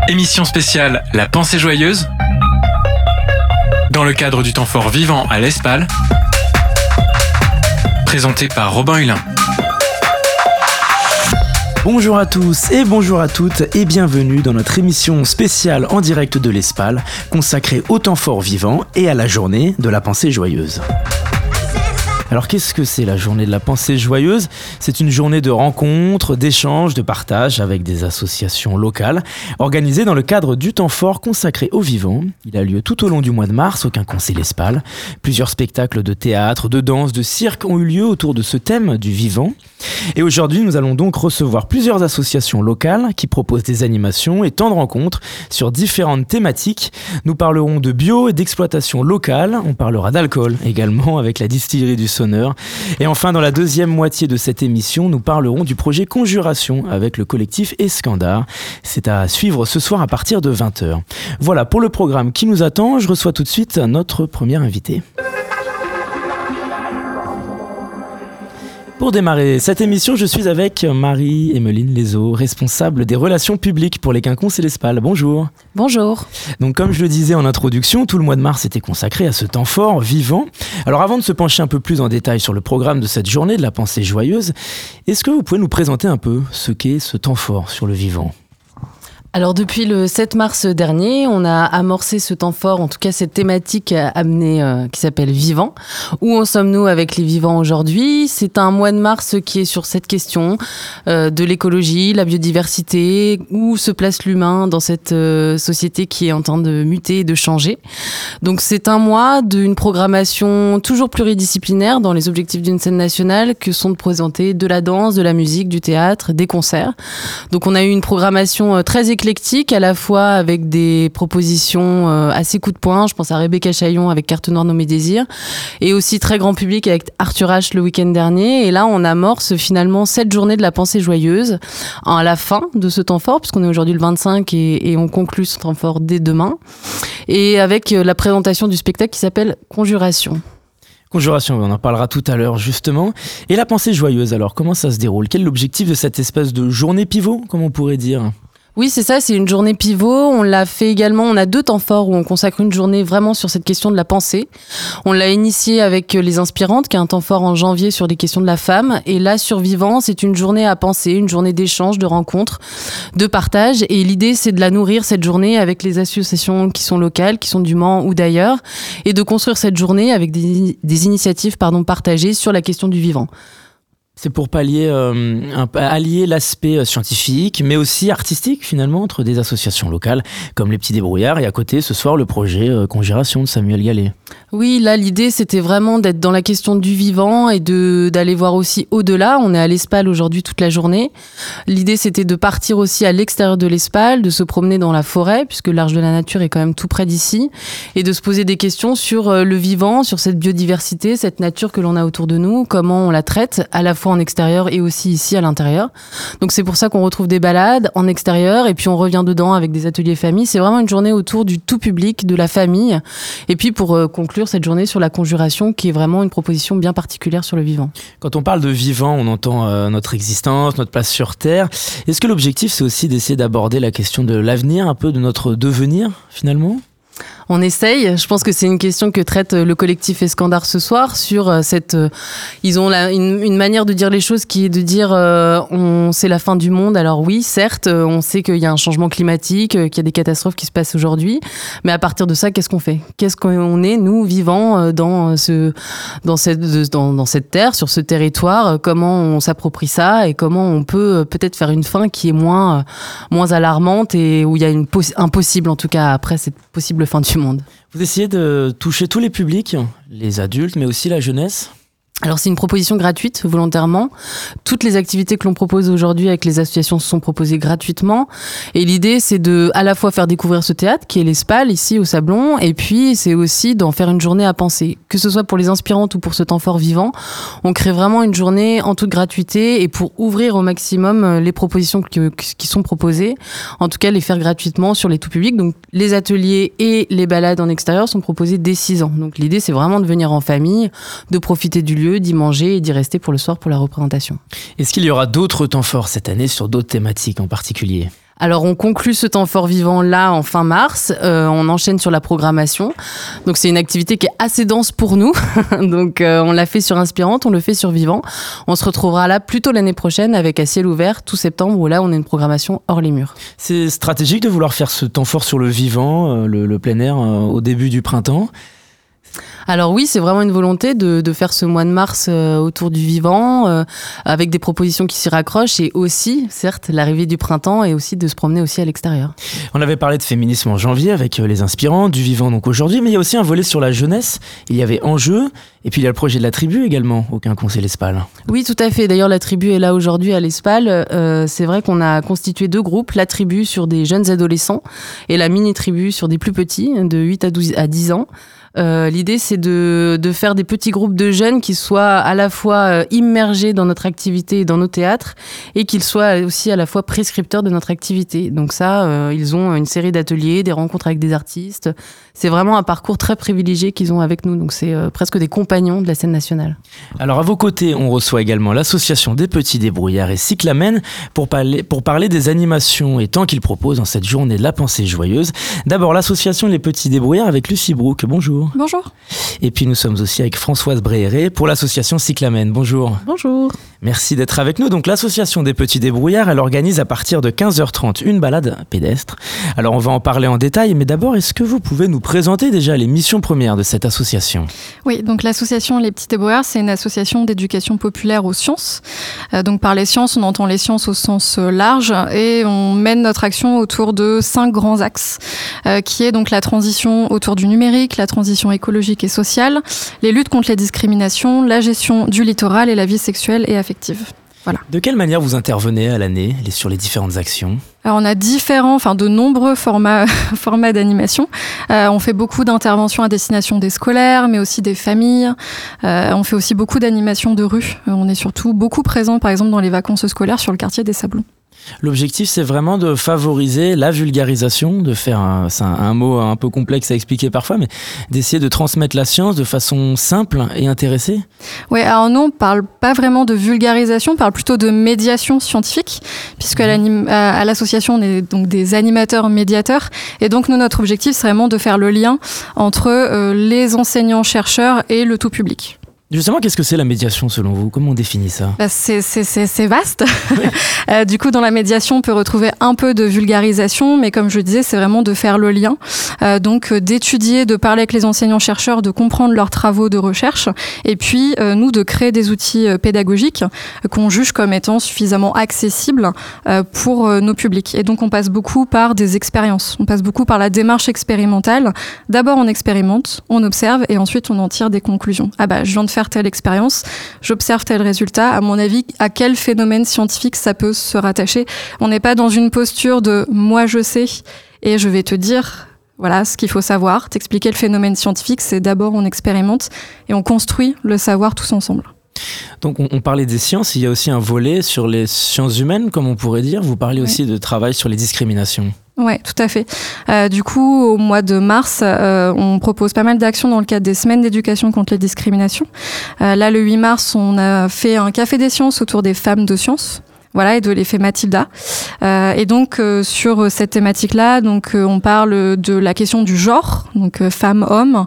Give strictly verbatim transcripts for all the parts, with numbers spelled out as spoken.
Émission spéciale La Pensée Joyeuse, dans le cadre du temps fort vivant à l'Espal, présenté par Robin Hulin. Bonjour à tous et bonjour à toutes et bienvenue dans notre émission spéciale en direct de l'Espal, consacrée au temps fort vivant et à la journée de la pensée joyeuse. Alors qu'est-ce que c'est la journée de la pensée joyeuse ? C'est une journée de rencontres, d'échanges, de partage avec des associations locales, organisée dans le cadre du temps fort consacré au vivant. Il a lieu tout au long du mois de mars au Quinconce l'Espal. Plusieurs spectacles de théâtre, de danse, de cirque ont eu lieu autour de ce thème du vivant. Et aujourd'hui, nous allons donc recevoir plusieurs associations locales qui proposent des animations et temps de rencontres sur différentes thématiques. Nous parlerons de bio et d'exploitation locale. On parlera d'alcool également avec la distillerie du Sonneur. Et enfin, dans la deuxième moitié de cette émission, nous parlerons du projet Conjuration avec le collectif Escandar. C'est à suivre ce soir à partir de vingt heures. Voilà pour le programme qui nous attend. Je reçois tout de suite notre premier invité. Pour démarrer cette émission, je suis avec Marie-Emeline Lézot, responsable des relations publiques pour les Quinconce et l'Espal. Bonjour. Bonjour. Donc comme je le disais en introduction, tout le mois de mars était consacré à ce temps fort vivant. Alors avant de se pencher un peu plus en détail sur le programme de cette journée de la pensée joyeuse, est-ce que vous pouvez nous présenter un peu ce qu'est ce temps fort sur le vivant ? Alors depuis le sept mars dernier, on a amorcé ce temps fort, en tout cas cette thématique amenée euh, qui s'appelle Vivant. Où en sommes-nous avec les vivants aujourd'hui ? C'est un mois de mars qui est sur cette question euh, de l'écologie, la biodiversité, où se place l'humain dans cette euh, société qui est en train de muter et de changer. Donc c'est un mois d'une programmation toujours pluridisciplinaire dans les objectifs d'une scène nationale que sont de présenter de la danse, de la musique, du théâtre, des concerts. Donc on a eu une programmation euh, très éclairée, éclectique, à la fois avec des propositions euh, assez coup de poing. Je pense à Rebecca Chaillon avec Carte Noire nommée Désir, et aussi très grand public avec Arthur H le week-end dernier. Et là, on amorce finalement cette journée de la pensée joyeuse à la fin de ce temps fort, puisqu'on est aujourd'hui le vingt-cinq et, et on conclut ce temps fort dès demain. Et avec la présentation du spectacle qui s'appelle Conjuration. Conjuration, on en parlera tout à l'heure justement. Et la pensée joyeuse, alors comment ça se déroule ? Quel est l'objectif de cette espèce de journée pivot, comme on pourrait dire ? Oui, c'est ça, c'est une journée pivot. On l'a fait également, on a deux temps forts où on consacre une journée vraiment sur cette question de la pensée. On l'a initié avec Les Inspirantes, qui est un temps fort en janvier sur les questions de la femme. Et là, sur Vivant, c'est une journée à penser, une journée d'échange, de rencontres, de partage. Et l'idée, c'est de la nourrir, cette journée, avec les associations qui sont locales, qui sont du Mans ou d'ailleurs, et de construire cette journée avec des, des initiatives pardon, partagées sur la question du vivant. C'est pour pallier, euh, un, allier l'aspect scientifique, mais aussi artistique finalement, entre des associations locales, comme les Petits Débrouillards, et à côté, ce soir, le projet euh, Conjuration de Samuel Gallet. Oui, là, l'idée, c'était vraiment d'être dans la question du vivant et de, d'aller voir aussi au-delà. On est à l'Espal aujourd'hui toute la journée. L'idée, c'était de partir aussi à l'extérieur de l'Espal, de se promener dans la forêt, puisque l'Arche de la Nature est quand même tout près d'ici, et de se poser des questions sur le vivant, sur cette biodiversité, cette nature que l'on a autour de nous, comment on la traite, à la fois en extérieur et aussi ici à l'intérieur. Donc c'est pour ça qu'on retrouve des balades en extérieur et puis on revient dedans avec des ateliers famille. C'est vraiment une journée autour du tout public, de la famille. Et puis pour euh, conclure cette journée sur la conjuration qui est vraiment une proposition bien particulière sur le vivant. Quand on parle de vivant, on entend euh, notre existence, notre place sur Terre. Est-ce que l'objectif c'est aussi d'essayer d'aborder la question de l'avenir, un peu de notre devenir finalement ? On essaye. Je pense que c'est une question que traite le collectif Escandar ce soir sur cette. Ils ont la, une, une manière de dire les choses qui est de dire euh, on c'est la fin du monde. Alors oui, certes, on sait qu'il y a un changement climatique, qu'il y a des catastrophes qui se passent aujourd'hui, mais à partir de ça, qu'est-ce qu'on fait ? Qu'est-ce qu'on est nous vivants dans ce dans cette dans, dans cette terre, sur ce territoire ? Comment on s'approprie ça et comment on peut peut-être faire une fin qui est moins moins alarmante et où il y a une poss- impossible en tout cas après cette possible fin du monde. Vous essayez de toucher tous les publics, les adultes, mais aussi la jeunesse ? Alors c'est une proposition gratuite, volontairement. Toutes les activités que l'on propose aujourd'hui avec les associations sont proposées gratuitement. Et l'idée, c'est de à la fois faire découvrir ce théâtre, qui est l'Espal, ici au Sablon, et puis c'est aussi d'en faire une journée à penser. Que ce soit pour les inspirantes ou pour ce temps fort vivant, on crée vraiment une journée en toute gratuité et pour ouvrir au maximum les propositions qui, qui sont proposées, en tout cas les faire gratuitement sur les tout publics. Donc les ateliers et les balades en extérieur sont proposés dès six ans. Donc l'idée, c'est vraiment de venir en famille, de profiter du lieu, d'y manger et d'y rester pour le soir pour la représentation. Est-ce qu'il y aura d'autres temps forts cette année sur d'autres thématiques en particulier ? Alors on conclut ce temps fort vivant là en fin mars, euh, on enchaîne sur la programmation. Donc c'est une activité qui est assez dense pour nous, donc euh, on l'a fait sur Inspirante, on le fait sur Vivant. On se retrouvera là plutôt l'année prochaine avec À ciel ouvert, tout septembre, où là on a une programmation hors les murs. C'est stratégique de vouloir faire ce temps fort sur le vivant, euh, le, le plein air, euh, au début du printemps. Alors oui, c'est vraiment une volonté de, de faire ce mois de mars euh, autour du vivant, euh, avec des propositions qui s'y raccrochent, et aussi, certes, l'arrivée du printemps, et aussi de se promener aussi à l'extérieur. On avait parlé de féminisme en janvier avec euh, les inspirants, du vivant donc aujourd'hui, mais il y a aussi un volet sur la jeunesse. Il y avait Enjeu, et puis il y a le projet de la tribu également, au Quinconce et l'Espal. Oui, tout à fait. D'ailleurs, la tribu est là aujourd'hui à l'Espal. Euh, c'est vrai qu'on a constitué deux groupes, la tribu sur des jeunes adolescents et la mini-tribu sur des plus petits, de huit à douze à dix ans. Euh, l'idée, c'est de, de faire des petits groupes de jeunes qui soient à la fois euh, immergés dans notre activité et dans nos théâtres, et qu'ils soient aussi à la fois prescripteurs de notre activité. Donc ça, euh, ils ont une série d'ateliers, des rencontres avec des artistes. C'est vraiment un parcours très privilégié qu'ils ont avec nous. Donc c'est euh, presque des compagnons de la scène nationale. Alors à vos côtés, on reçoit également l'association des Petits Débrouillards et Cyclamen pour parler, pour parler des animations et temps qu'ils proposent en cette journée de la pensée joyeuse. D'abord l'association Les Petits Débrouillards avec Lucie Brook. Bonjour. Bonjour. Et puis nous sommes aussi avec Françoise Bréhéret pour l'association Cyclamen. Bonjour. Bonjour. Merci d'être avec nous. Donc l'association des Petits Débrouillards, elle organise à partir de quinze heures trente une balade pédestre. Alors on va en parler en détail, mais d'abord, est-ce que vous pouvez nous présenter déjà les missions premières de cette association ? Oui, donc l'association Les Petits Débrouillards, c'est une association d'éducation populaire aux sciences. Euh, donc par les sciences, on entend les sciences au sens large, et on mène notre action autour de cinq grands axes, euh, qui est donc la transition autour du numérique, la transition écologique et sociale, les luttes contre les discriminations, la gestion du littoral et la vie sexuelle et affective. Voilà. De quelle manière vous intervenez à l'année sur les différentes actions ? Alors on a différents, enfin de nombreux formats, formats d'animation. Euh, on fait beaucoup d'interventions à destination des scolaires, mais aussi des familles. Euh, on fait aussi beaucoup d'animations de rue. Euh, on est surtout beaucoup présent, par exemple, dans les vacances scolaires sur le quartier des Sablons. L'objectif, c'est vraiment de favoriser la vulgarisation, de faire un, c'est un, un mot un peu complexe à expliquer parfois, mais d'essayer de transmettre la science de façon simple et intéressée. Oui, alors nous, on ne parle pas vraiment de vulgarisation, on parle plutôt de médiation scientifique, puisque à, à l'association, on est donc des animateurs médiateurs. Et donc, nous, notre objectif, c'est vraiment de faire le lien entre euh, les enseignants-chercheurs et le tout public. Justement, qu'est-ce que c'est la médiation selon vous ? Comment on définit ça ? Bah c'est, c'est, c'est, c'est vaste. Oui. euh, du coup, dans la médiation, on peut retrouver un peu de vulgarisation, mais comme je disais, c'est vraiment de faire le lien. Euh, donc, euh, d'étudier, de parler avec les enseignants-chercheurs, de comprendre leurs travaux de recherche, et puis, euh, nous, de créer des outils euh, pédagogiques euh, qu'on juge comme étant suffisamment accessibles euh, pour euh, nos publics. Et donc, on passe beaucoup par des expériences. On passe beaucoup par la démarche expérimentale. D'abord, on expérimente, on observe, et ensuite, on en tire des conclusions. Ah bah, je viens de faire telle expérience, j'observe tel résultat, à mon avis, à quel phénomène scientifique ça peut se rattacher. On n'est pas dans une posture de « moi je sais et je vais te dire » voilà ce qu'il faut savoir. T'expliquer le phénomène scientifique, c'est d'abord on expérimente et on construit le savoir tous ensemble. Donc on, on parlait des sciences, il y a aussi un volet sur les sciences humaines, comme on pourrait dire. Vous parlez oui. aussi de travail sur les discriminations. Oui, tout à fait. Euh, du coup, au mois de mars, euh, on propose pas mal d'actions dans le cadre des semaines d'éducation contre les discriminations. Euh, là, le huit mars, on a fait un café des sciences autour des femmes de sciences. Voilà, et de l'effet Mathilda. Euh, et donc, euh, sur cette thématique-là, donc, euh, on parle de la question du genre, donc euh, femme-homme.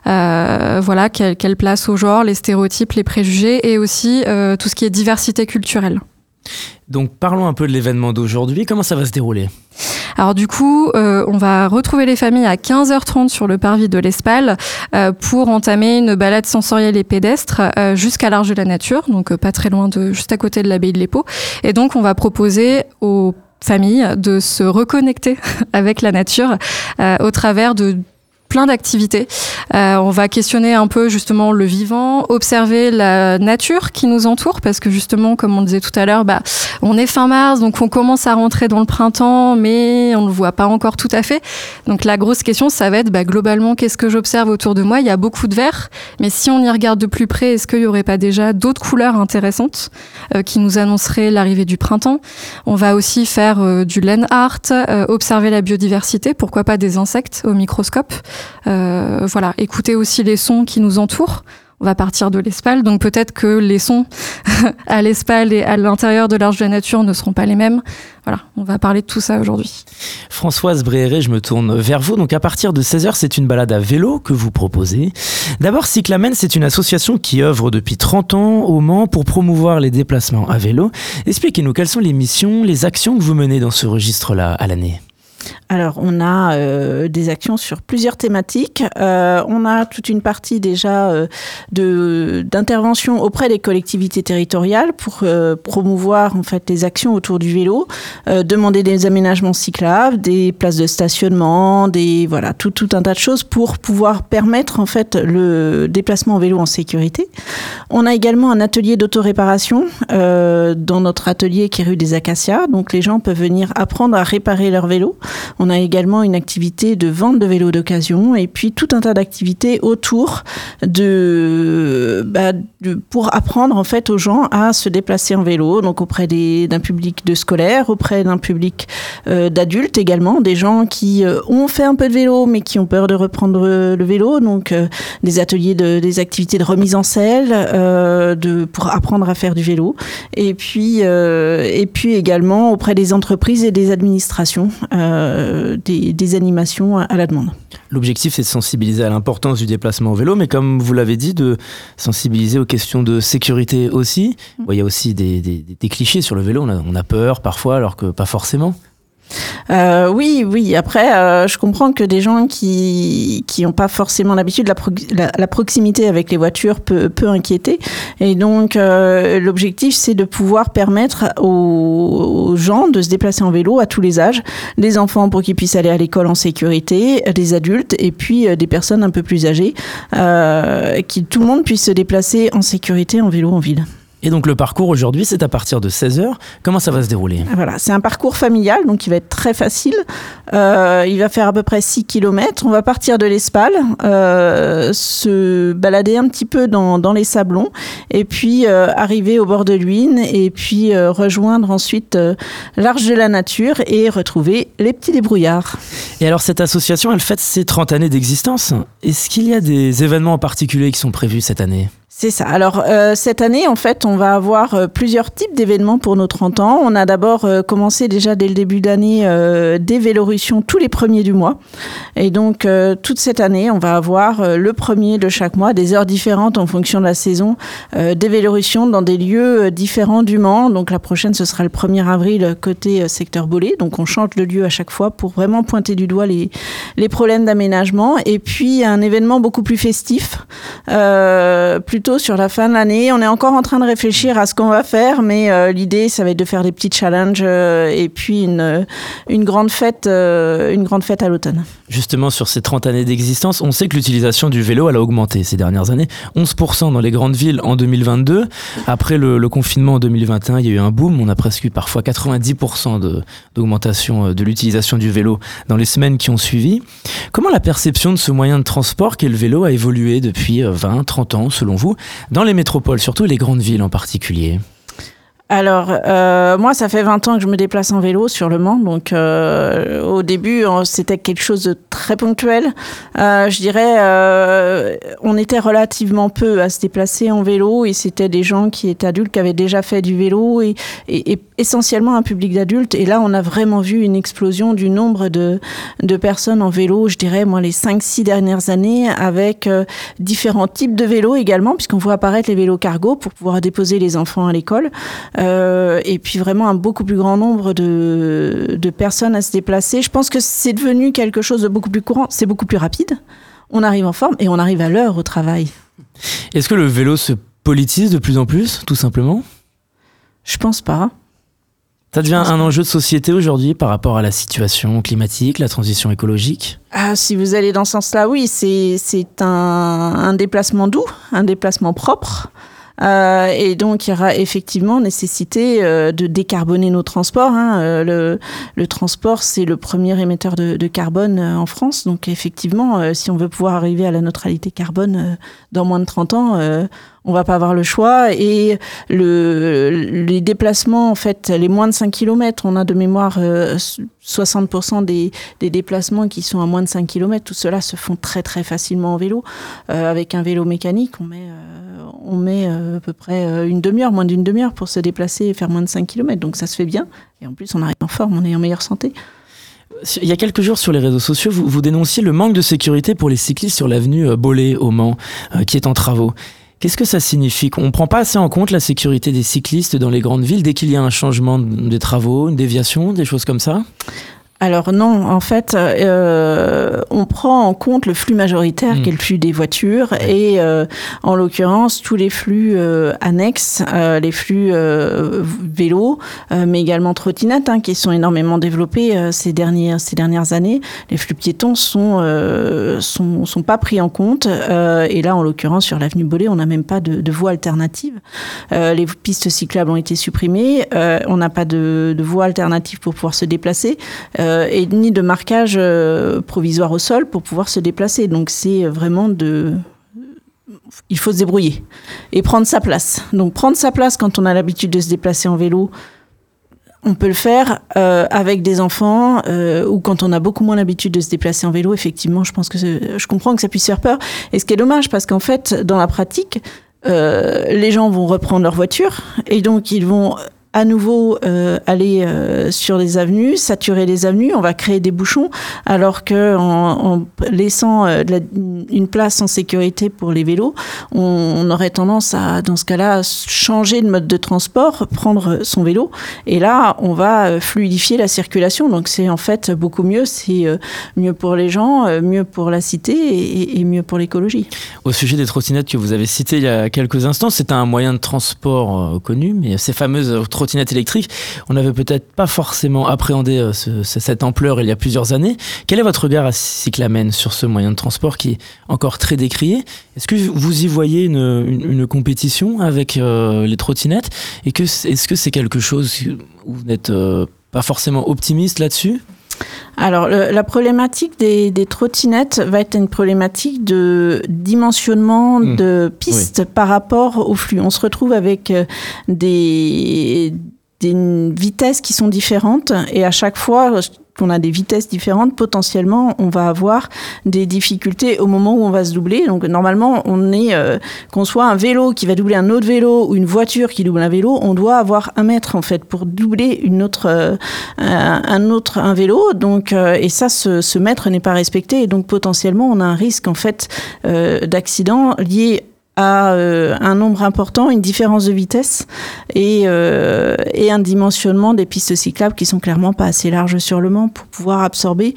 Euh, voilà, quelle, quelle place au genre, les stéréotypes, les préjugés, et aussi euh, tout ce qui est diversité culturelle. Donc, parlons un peu de l'événement d'aujourd'hui. Comment ça va se dérouler ? Alors du coup, euh, on va retrouver les familles à quinze heures trente sur le parvis de l'Espal euh, pour entamer une balade sensorielle et pédestre euh, jusqu'à l'Arche de la Nature, donc euh, pas très loin de, juste à côté de l'abbaye de l'Épau. Et donc on va proposer aux familles de se reconnecter avec la nature euh, au travers de plein d'activités. Euh, on va questionner un peu justement le vivant, observer la nature qui nous entoure, parce que justement, comme on le disait tout à l'heure, bah, on est fin mars, donc on commence à rentrer dans le printemps, mais on ne le voit pas encore tout à fait. Donc la grosse question, ça va être bah, globalement, qu'est-ce que j'observe autour de moi ? Il y a beaucoup de vert, mais si on y regarde de plus près, est-ce qu'il n'y aurait pas déjà d'autres couleurs intéressantes euh, qui nous annonceraient l'arrivée du printemps ? On va aussi faire euh, du land art, euh, observer la biodiversité, pourquoi pas des insectes au microscope. Euh, voilà, écouter aussi les sons qui nous entourent. on va partir de l'Espal. Donc peut-être que les sons à l'Espal et à l'intérieur de l'Arche de la Nature ne seront pas les mêmes. Voilà, on va parler de tout ça aujourd'hui. Françoise Bréhéret, je me tourne vers vous. Donc à partir de seize heures, c'est une balade à vélo que vous proposez. D'abord, Cyclamen, c'est une association qui œuvre depuis trente ans au Mans pour promouvoir les déplacements à vélo. Expliquez-nous quelles sont les missions, les actions que vous menez dans ce registre-là à l'année. Alors, on a euh, des actions sur plusieurs thématiques. Euh, on a toute une partie déjà euh, de, d'intervention auprès des collectivités territoriales pour euh, promouvoir en fait les actions autour du vélo, euh, demander des aménagements cyclables, des places de stationnement, des voilà tout tout un tas de choses pour pouvoir permettre en fait le déplacement en vélo en sécurité. On a également un atelier d'autoréparation euh, dans notre atelier qui est rue des Acacias. Donc, les gens peuvent venir apprendre à réparer leur vélo. On a également une activité de vente de vélos d'occasion et puis tout un tas d'activités autour de, bah, de pour apprendre en fait aux gens à se déplacer en vélo, donc auprès des, d'un public de scolaires, auprès d'un public euh, d'adultes également, des gens qui euh, ont fait un peu de vélo mais qui ont peur de reprendre le vélo, donc euh, des ateliers, de, des activités de remise en selle euh, de, pour apprendre à faire du vélo et puis, euh, et puis également auprès des entreprises et des administrations. Euh, Des, des animations à la demande. L'objectif, c'est de sensibiliser à l'importance du déplacement au vélo, mais comme vous l'avez dit, de sensibiliser aux questions de sécurité aussi. Mmh. Bon, il y a aussi des, des, des clichés sur le vélo, on a, on a peur parfois, alors que pas forcément. Euh, oui, oui. Après, euh, je comprends que des gens qui qui n'ont pas forcément l'habitude, la, pro- la, la proximité avec les voitures peut, peut inquiéter. Et donc, euh, l'objectif, c'est de pouvoir permettre aux, aux gens de se déplacer en vélo à tous les âges, des enfants pour qu'ils puissent aller à l'école en sécurité, des adultes et puis euh, des personnes un peu plus âgées, euh, qui tout le monde puisse se déplacer en sécurité en vélo en ville. Et donc le parcours aujourd'hui, c'est à partir de seize heures. Comment ça va se dérouler ? Voilà, c'est un parcours familial, donc il va être très facile. Euh, il va faire à peu près six kilomètres. On va partir de l'Espal, euh, se balader un petit peu dans, dans les sablons, et puis euh, arriver au bord de l'Huisne, et puis euh, rejoindre ensuite euh, l'Arche de la Nature et retrouver les petits débrouillards. Et alors cette association, elle fête ses trente années d'existence. Est-ce qu'il y a des événements en particulier qui sont prévus cette année ? C'est ça. Alors, euh, cette année, en fait, on va avoir euh, plusieurs types d'événements pour nos trente ans. On a d'abord euh, commencé déjà dès le début d'année euh, des Vélorutions tous les premiers du mois. Et donc, euh, toute cette année, on va avoir euh, le premier de chaque mois, des heures différentes en fonction de la saison, euh, des Vélorutions dans des lieux euh, différents du Mans. Donc, la prochaine, ce sera le premier avril côté euh, secteur Bollé. Donc, on change de lieu à chaque fois pour vraiment pointer du doigt les, les problèmes d'aménagement. Et puis, un événement beaucoup plus festif, euh, plutôt sur la fin de l'année. On est encore en train de réfléchir à ce qu'on va faire, mais euh, l'idée, ça va être de faire des petits challenges euh, et puis une, une, grande fête, euh, une grande fête à l'automne. Justement, sur ces trente années d'existence, on sait que l'utilisation du vélo, elle a augmenté ces dernières années. onze pour cent dans les grandes villes en deux mille vingt-deux. Après le, le confinement en deux mille vingt et un, il y a eu un boom. On a presque eu parfois quatre-vingt-dix pour cent de, d'augmentation de l'utilisation du vélo dans les semaines qui ont suivi. Comment la perception de ce moyen de transport qu'est le vélo a évolué depuis vingt, trente ans, selon vous, dans les métropoles, surtout les grandes villes en particulier ? Alors, euh, moi, ça fait vingt ans que je me déplace en vélo sur le Mans. Donc, euh, au début, c'était quelque chose de très ponctuel. Euh, je dirais, euh, on était relativement peu à se déplacer en vélo et c'était des gens qui étaient adultes, qui avaient déjà fait du vélo et, et, et essentiellement un public d'adultes. Et là, on a vraiment vu une explosion du nombre de, de personnes en vélo, je dirais, moi, les cinq six dernières années, avec euh, différents types de vélos également, puisqu'on voit apparaître les vélos cargo pour pouvoir déposer les enfants à l'école. Euh, et puis vraiment un beaucoup plus grand nombre de, de personnes à se déplacer. Je pense que c'est devenu quelque chose de beaucoup plus courant. C'est beaucoup plus rapide. On arrive en forme et on arrive à l'heure au travail. Est-ce que le vélo se politise de plus en plus, tout simplement ? Je pense pas. Ça devient un enjeu de société aujourd'hui par rapport à la situation climatique, la transition écologique ? Ah, si vous allez dans ce sens-là, oui, c'est, c'est un, un déplacement doux, un déplacement propre. Euh, et donc, il y aura effectivement nécessité euh, de décarboner nos transports. Hein. Euh, le, le transport, c'est le premier émetteur de, de carbone euh, en France. Donc, effectivement, euh, si on veut pouvoir arriver à la neutralité carbone euh, dans moins de trente ans, euh, on va pas avoir le choix. Et le, les déplacements, en fait, les moins de cinq kilomètres, on a de mémoire euh, soixante pour cent des, des déplacements qui sont à moins de cinq kilomètres. Tout cela se font très, très facilement en vélo. Euh, avec un vélo mécanique, on met, euh, on met euh, à peu près une demi-heure, moins d'une demi-heure pour se déplacer et faire moins de cinq kilomètres. Donc ça se fait bien. Et en plus, on arrive en forme, on est en meilleure santé. Il y a quelques jours sur les réseaux sociaux, vous, vous dénonciez le manque de sécurité pour les cyclistes sur l'avenue Bollé au Mans, euh, qui est en travaux. Qu'est-ce que ça signifie? On ne prend pas assez en compte la sécurité des cyclistes dans les grandes villes dès qu'il y a un changement des travaux, une déviation, des choses comme ça? Alors non, en fait, euh, on prend en compte le flux majoritaire, mmh. qui est le flux des voitures, ouais. et euh, en l'occurrence, tous les flux euh, annexes, euh, les flux euh, vélos, euh, mais également trottinettes, hein, qui sont énormément développés euh, ces, dernières, ces dernières années. Les flux piétons sont, euh, sont, sont pas pris en compte, euh, et là, en l'occurrence, sur l'avenue Bollé, on n'a même pas de, de voie alternative. Euh, les pistes cyclables ont été supprimées, euh, on n'a pas de, de voie alternative pour pouvoir se déplacer. Euh, et ni de marquage euh, provisoire au sol pour pouvoir se déplacer. Donc c'est vraiment de... Il faut se débrouiller et prendre sa place. Donc prendre sa place quand on a l'habitude de se déplacer en vélo, on peut le faire euh, avec des enfants euh, ou quand on a beaucoup moins l'habitude de se déplacer en vélo. Effectivement, je pense que je comprends que ça puisse faire peur. Et ce qui est dommage, parce qu'en fait, dans la pratique, euh, les gens vont reprendre leur voiture et donc ils vont à nouveau euh, aller euh, sur les avenues, saturer les avenues, on va créer des bouchons, alors que en, en laissant euh, de la, une place en sécurité pour les vélos, on, on aurait tendance à, dans ce cas-là, changer de mode de transport, prendre son vélo, et là, on va fluidifier la circulation. Donc c'est en fait beaucoup mieux, c'est euh, mieux pour les gens, euh, mieux pour la cité et, et mieux pour l'écologie. Au sujet des trottinettes que vous avez citées il y a quelques instants, c'est un moyen de transport euh, connu, mais ces fameuses trottinettes trottinette électrique, on n'avait peut-être pas forcément appréhendé ce, cette ampleur il y a plusieurs années. Quel est votre regard à Cyclamen sur ce moyen de transport qui est encore très décrié? Est-ce que vous y voyez une, une, une compétition avec euh, les trottinettes? Et que, est-ce que c'est quelque chose où vous n'êtes euh, pas forcément optimiste là-dessus? Alors, le, la problématique des, des trottinettes va être une problématique de dimensionnement mmh. de pistes oui. par rapport au flux. On se retrouve avec des, des vitesses qui sont différentes et à chaque fois qu'on a des vitesses différentes, potentiellement, on va avoir des difficultés au moment où on va se doubler. Donc, normalement, on est, euh, qu'on soit un vélo qui va doubler un autre vélo ou une voiture qui double un vélo, on doit avoir un mètre, en fait, pour doubler une autre, euh, un autre, un vélo. Donc, euh, et ça, ce, ce mètre n'est pas respecté. Et donc, potentiellement, on a un risque, en fait, euh, d'accident lié à euh, un nombre important, une différence de vitesse et, euh, et un dimensionnement des pistes cyclables qui sont clairement pas assez larges sur le Mans pour pouvoir absorber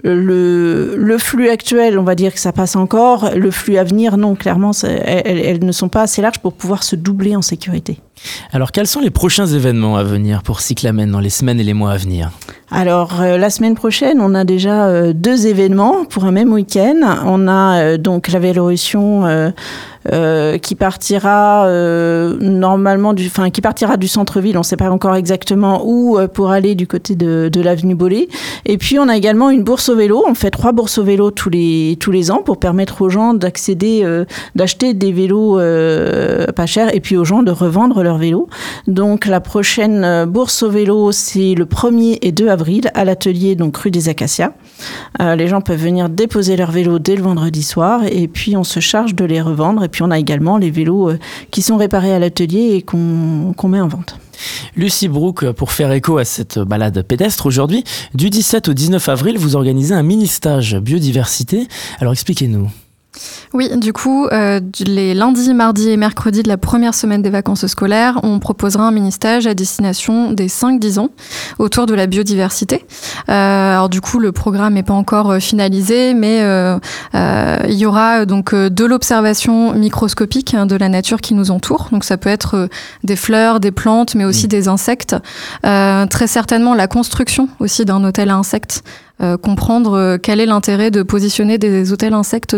le, le flux actuel. On va dire que ça passe encore. Le flux à venir, non, clairement, elles, elles ne sont pas assez larges pour pouvoir se doubler en sécurité. Alors, quels sont les prochains événements à venir pour Cyclamen dans les semaines et les mois à venir ? Alors, euh, la semaine prochaine, on a déjà euh, deux événements pour un même week-end. On a euh, donc la Vélorution euh, euh, qui partira euh, normalement du, enfin qui partira du centre-ville. On ne sait pas encore exactement où euh, pour aller du côté de, de l'avenue Bollé. Et puis, on a également une bourse au vélo. On fait trois bourses au vélo tous les tous les ans pour permettre aux gens d'accéder, euh, d'acheter des vélos euh, pas chers et puis aux gens de revendre leurs vélos. Donc, la prochaine euh, bourse au vélo, c'est le premier et deux avril à l'atelier donc rue des Acacias. Euh, les gens peuvent venir déposer leurs vélos dès le vendredi soir et puis on se charge de les revendre. Et puis on a également les vélos euh, qui sont réparés à l'atelier et qu'on, qu'on met en vente. Lucie Brouk, pour faire écho à cette balade pédestre aujourd'hui, du dix-sept au dix-neuf avril, vous organisez un mini-stage biodiversité. Alors expliquez-nous. Oui, du coup, euh, les lundis, mardis et mercredis de la première semaine des vacances scolaires, on proposera un mini-stage à destination des cinq dix ans autour de la biodiversité. Euh, alors du coup, le programme n'est pas encore finalisé, mais euh, euh, il y aura donc de l'observation microscopique hein, de la nature qui nous entoure. Donc ça peut être des fleurs, des plantes, mais aussi mmh. des insectes. Euh, très certainement la construction aussi d'un hôtel à insectes. Euh, comprendre euh, quel est l'intérêt de positionner des hôtels insectes dans nos villes.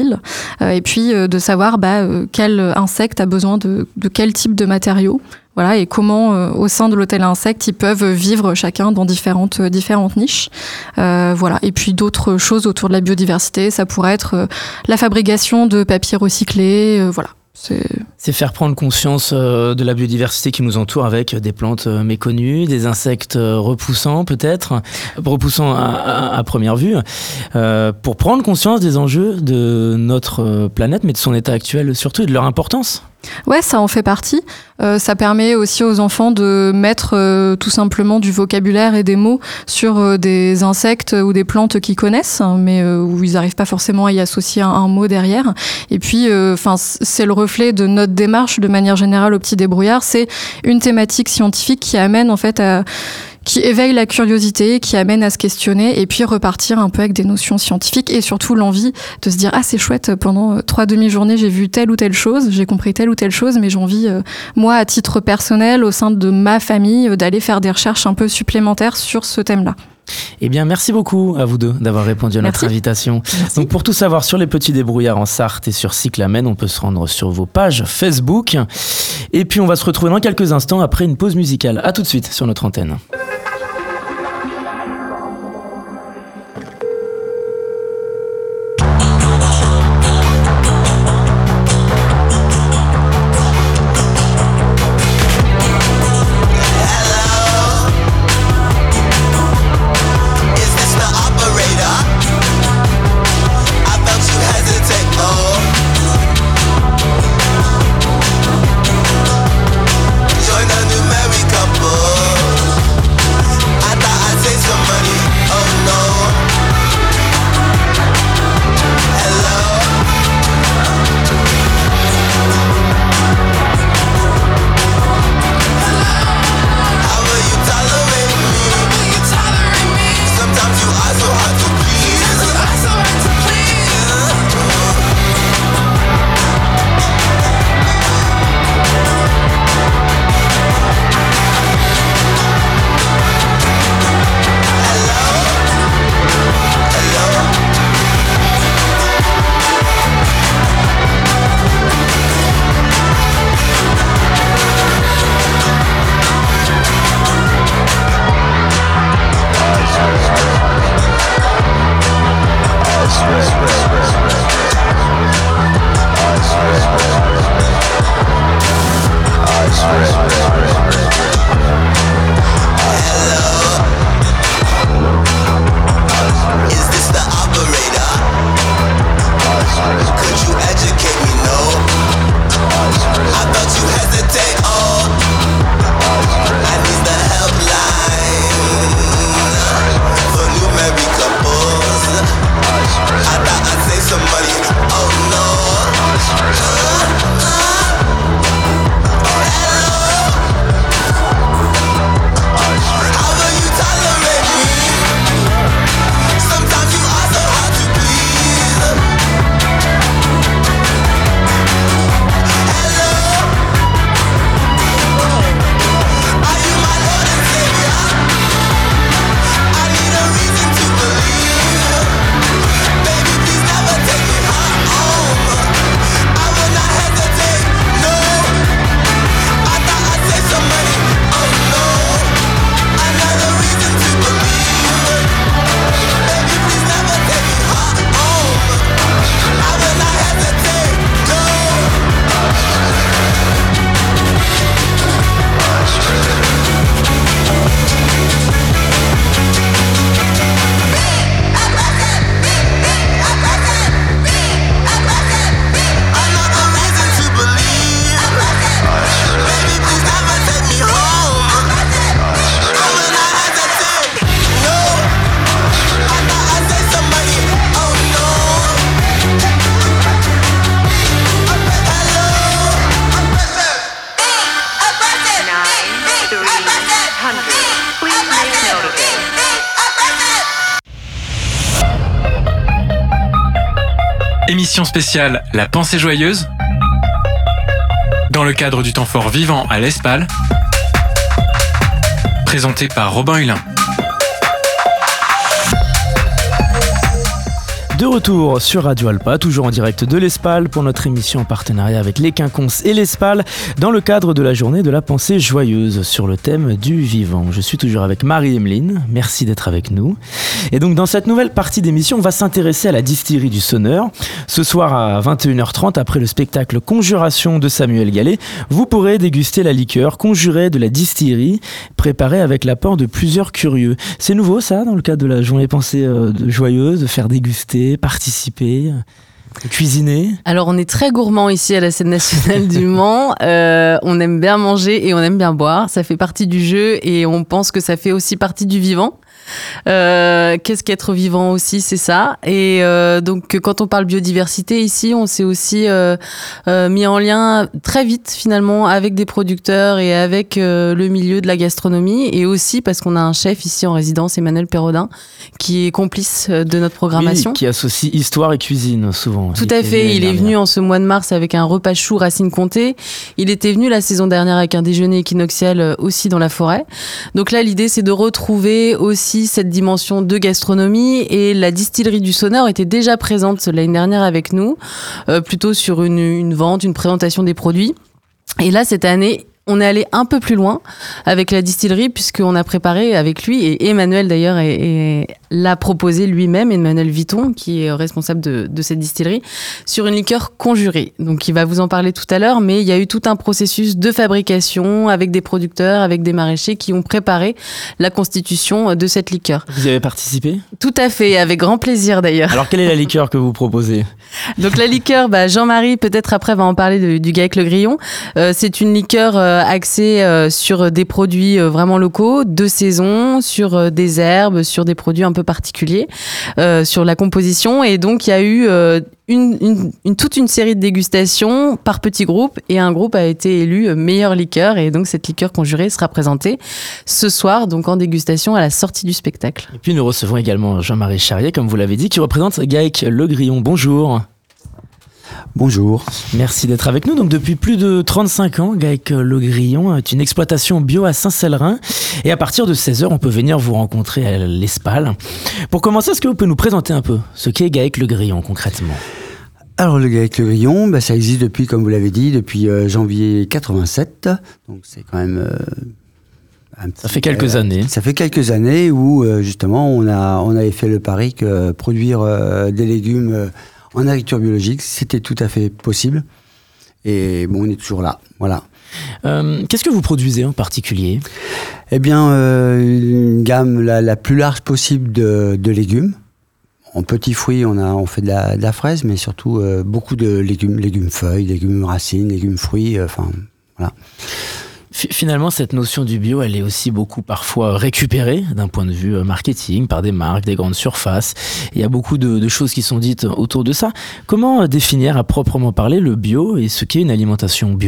ville, euh, et puis euh, de savoir bah, euh, quel insecte a besoin de, de quel type de matériaux. Voilà, et comment, euh, au sein de l'hôtel insectes, ils peuvent vivre chacun dans différentes, euh, différentes niches. Euh, voilà. Et puis d'autres choses autour de la biodiversité, ça pourrait être euh, la fabrication de papier recyclé, euh, voilà. C'est... C'est faire prendre conscience euh, de la biodiversité qui nous entoure avec des plantes euh, méconnues, des insectes euh, repoussants peut-être, repoussants à, à, à première vue, euh, pour prendre conscience des enjeux de notre euh, planète, mais de son état actuel surtout et de leur importance. Ouais, ça en fait partie. Euh, ça permet aussi aux enfants de mettre euh, tout simplement du vocabulaire et des mots sur euh, des insectes ou des plantes qu'ils connaissent, mais euh, où ils n'arrivent pas forcément à y associer un, un mot derrière. Et puis, enfin, euh, c'est le reflet de notre démarche de manière générale au Petit Débrouillard. C'est une thématique scientifique qui amène en fait à qui éveille la curiosité, qui amène à se questionner et puis repartir un peu avec des notions scientifiques et surtout l'envie de se dire « Ah, c'est chouette, pendant trois demi-journées, j'ai vu telle ou telle chose, j'ai compris telle ou telle chose, mais j'ai envie, euh, moi, à titre personnel, au sein de ma famille, euh, d'aller faire des recherches un peu supplémentaires sur ce thème-là. » Eh bien, merci beaucoup à vous deux d'avoir répondu à notre Merci. invitation. Merci. Donc, pour tout savoir sur les petits débrouillards en Sarthe et sur Cyclamen, on peut se rendre sur vos pages Facebook. Et puis, on va se retrouver dans quelques instants après une pause musicale. À tout de suite sur notre antenne. Join the new married couple. Émission spéciale La Pensée Joyeuse, dans le cadre du temps fort vivant à l'Espal, présenté par Robin Hulin. De retour sur Radio Alpa, toujours en direct de l'Espal pour notre émission en partenariat avec les Quinconces et l'Espal dans le cadre de la journée de la pensée joyeuse sur le thème du vivant. Je suis toujours avec Marie-Emeline, merci d'être avec nous. Et donc dans cette nouvelle partie d'émission, on va s'intéresser à la distillerie du Sonneur. Ce soir à vingt et une heures trente, après le spectacle Conjuration de Samuel Gallet, vous pourrez déguster la liqueur conjurée de la distillerie, préparée avec l'apport de plusieurs curieux. C'est nouveau ça, dans le cadre de la journée pensée euh, joyeuse, de faire déguster, participer, cuisiner. Alors on est très gourmand ici à la scène nationale du Mans, euh, on aime bien manger et on aime bien boire, ça fait partie du jeu et on pense que ça fait aussi partie du vivant. Euh, qu'est-ce qu'être vivant aussi, c'est ça. Et euh, donc quand on parle biodiversité ici, on s'est aussi euh, euh, mis en lien très vite finalement avec des producteurs et avec euh, le milieu de la gastronomie, et aussi parce qu'on a un chef ici en résidence, Emmanuel Perrodin, qui est complice de notre programmation. Oui, qui associe histoire et cuisine souvent. Tout à fait, il est venu en ce mois de mars avec un repas chou racine comté. Il était venu la saison dernière avec un déjeuner équinoxial aussi dans la forêt. Donc là, l'idée, c'est de retrouver aussi cette dimension de gastronomie, et la distillerie du Sonneur était déjà présente l'année dernière avec nous, euh, plutôt sur une, une vente, une présentation des produits. Et là, cette année, on est allé un peu plus loin avec la distillerie, puisqu'on a préparé avec lui, et Emmanuel d'ailleurs est, est, l'a proposé lui-même, Emmanuel Viton, qui est responsable de, de cette distillerie, sur une liqueur conjurée. Donc il va vous en parler tout à l'heure, mais il y a eu tout un processus de fabrication avec des producteurs, avec des maraîchers qui ont préparé la constitution de cette liqueur. Vous y avez participé ? Tout à fait, avec grand plaisir d'ailleurs. Alors quelle est la liqueur que vous proposez ? Donc la liqueur, bah, Jean-Marie peut-être après va en parler de, du Gaec le Grillon. Euh, c'est une liqueur euh, axée euh, sur des produits euh, vraiment locaux, de saison, sur euh, des herbes, sur des produits un peu particuliers, euh, sur la composition. Et donc il y a eu euh, une, une, une, toute une série de dégustations par petits groupes, et un groupe a été élu meilleure liqueur, et donc cette liqueur conjurée sera présentée ce soir, donc en dégustation à la sortie du spectacle. Et puis nous recevons également Jean-Marie Charrier, comme vous l'avez dit, qui représente Gaec le Grillon. Bonjour. Bonjour. Merci d'être avec nous. Donc depuis plus de trente-cinq ans, Gaec le Grillon est une exploitation bio à Saint-Célerin, et à partir de seize heures, on peut venir vous rencontrer à l'Espal. Pour commencer, est-ce que vous pouvez nous présenter un peu ce qu'est Gaec le Grillon concrètement ? Alors le Gaec le Grillon, bah, ça existe depuis, comme vous l'avez dit, depuis euh, janvier quatre-vingt-sept. Donc c'est quand même euh, un petit, ça fait quelques euh, années. Ça fait quelques années où euh, justement on a on avait fait le pari que produire euh, des légumes euh, en agriculture biologique, c'était tout à fait possible. Et bon, on est toujours là, voilà. Euh, qu'est-ce que vous produisez en particulier ? Eh bien, euh, une gamme la, la plus large possible de, de légumes. En petits fruits, on, a, on fait de la, de la fraise, mais surtout euh, beaucoup de légumes, légumes feuilles, légumes racines, légumes fruits, enfin, euh, voilà. Finalement, cette notion du bio, elle est aussi beaucoup parfois récupérée d'un point de vue marketing par des marques, des grandes surfaces. Il y a beaucoup de, de choses qui sont dites autour de ça. Comment définir à proprement parler le bio et ce qu'est une alimentation bio ?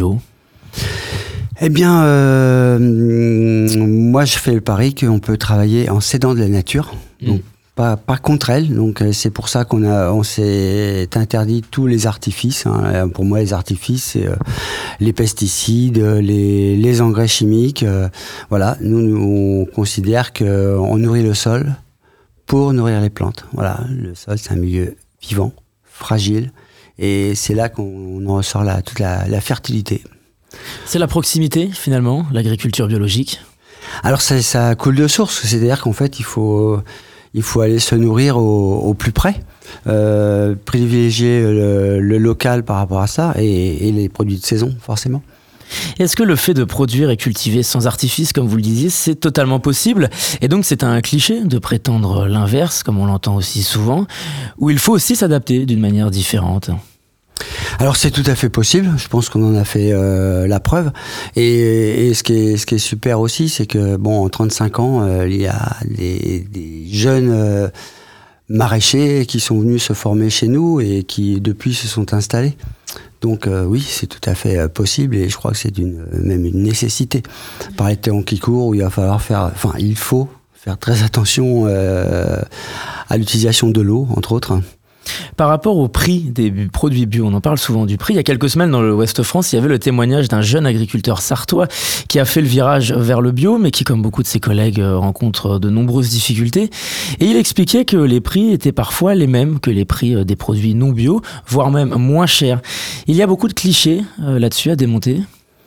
Eh bien, euh, moi, je fais le pari qu'on peut travailler en s'aidant de la nature. Donc, mmh. Pas, pas contre elle, donc c'est pour ça qu'on a, on s'est interdit tous les artifices. Hein. Pour moi, les artifices, c'est euh, les pesticides, les, les engrais chimiques. Euh, voilà, nous, nous, on considère qu'on nourrit le sol pour nourrir les plantes. Voilà, le sol, c'est un milieu vivant, fragile, et c'est là qu'on en ressort la, toute la, la fertilité. C'est la proximité, finalement, l'agriculture biologique ? Alors, ça, ça coule de source, c'est-à-dire qu'en fait, il faut... Il faut aller se nourrir au, au plus près, euh, privilégier le, le local par rapport à ça, et, et les produits de saison, forcément. Est-ce que le fait de produire et cultiver sans artifice, comme vous le disiez, c'est totalement possible ? Et donc c'est un cliché de prétendre l'inverse, comme on l'entend aussi souvent, où il faut aussi s'adapter d'une manière différente ? Alors c'est tout à fait possible, je pense qu'on en a fait euh, la preuve, et, et ce, qui est, ce qui est super aussi, c'est que bon, en trente-cinq ans, euh, il y a des, des jeunes euh, maraîchers qui sont venus se former chez nous et qui depuis se sont installés. Donc euh, oui, c'est tout à fait euh, possible, et je crois que c'est une, même une nécessité. Par les temps qui courent, où il va falloir faire, enfin il faut faire très attention euh, à l'utilisation de l'eau, entre autres. Par rapport au prix des produits bio, on en parle souvent du prix. Il y a quelques semaines, dans le Ouest France, il y avait le témoignage d'un jeune agriculteur sartois qui a fait le virage vers le bio, mais qui, comme beaucoup de ses collègues, rencontre de nombreuses difficultés. Et il expliquait que les prix étaient parfois les mêmes que les prix des produits non bio, voire même moins chers. Il y a beaucoup de clichés euh, là-dessus à démonter.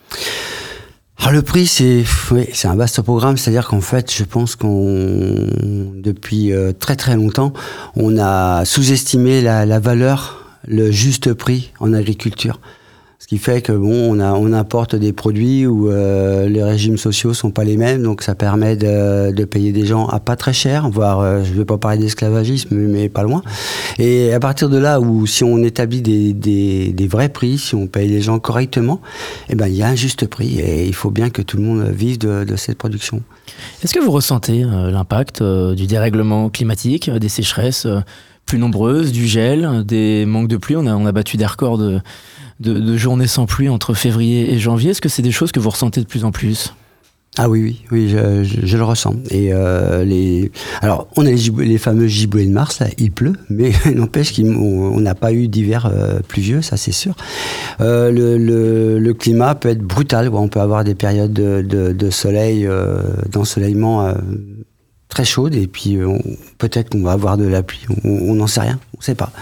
Alors le prix, c'est, oui, c'est un vaste programme, c'est-à-dire qu'en fait, je pense qu'on, depuis euh, très très longtemps, on a sous-estimé la, la valeur, le juste prix en agriculture. Ce qui fait que bon, on, a, on importe des produits où euh, les régimes sociaux sont pas les mêmes, donc ça permet de, de payer des gens à pas très cher, voire, euh, je vais pas parler d'esclavagisme, mais pas loin. Et à partir de là, où si on établit des, des, des vrais prix, si on paye les gens correctement, eh ben il y a un juste prix et il faut bien que tout le monde vive de, de cette production. Est-ce que vous ressentez euh, l'impact euh, du dérèglement climatique, euh, des sécheresses euh, plus nombreuses, du gel, des manques de pluie? On a, on a battu des records de De, de journées sans pluie entre février et janvier. Est-ce que c'est des choses que vous ressentez de plus en plus ? Ah oui, oui, oui, je, je, je le ressens. Et euh, les, alors, on a les, gibou- les fameux giboulées de mars, là, il pleut, mais n'empêche qu'on n'a pas eu d'hiver euh, pluvieux, ça c'est sûr. Euh, le, le, le climat peut être brutal, on peut avoir des périodes de, de, de soleil, euh, d'ensoleillement euh, très chaudes, et puis on, peut-être qu'on va avoir de la pluie, on n'en sait rien, on ne sait pas.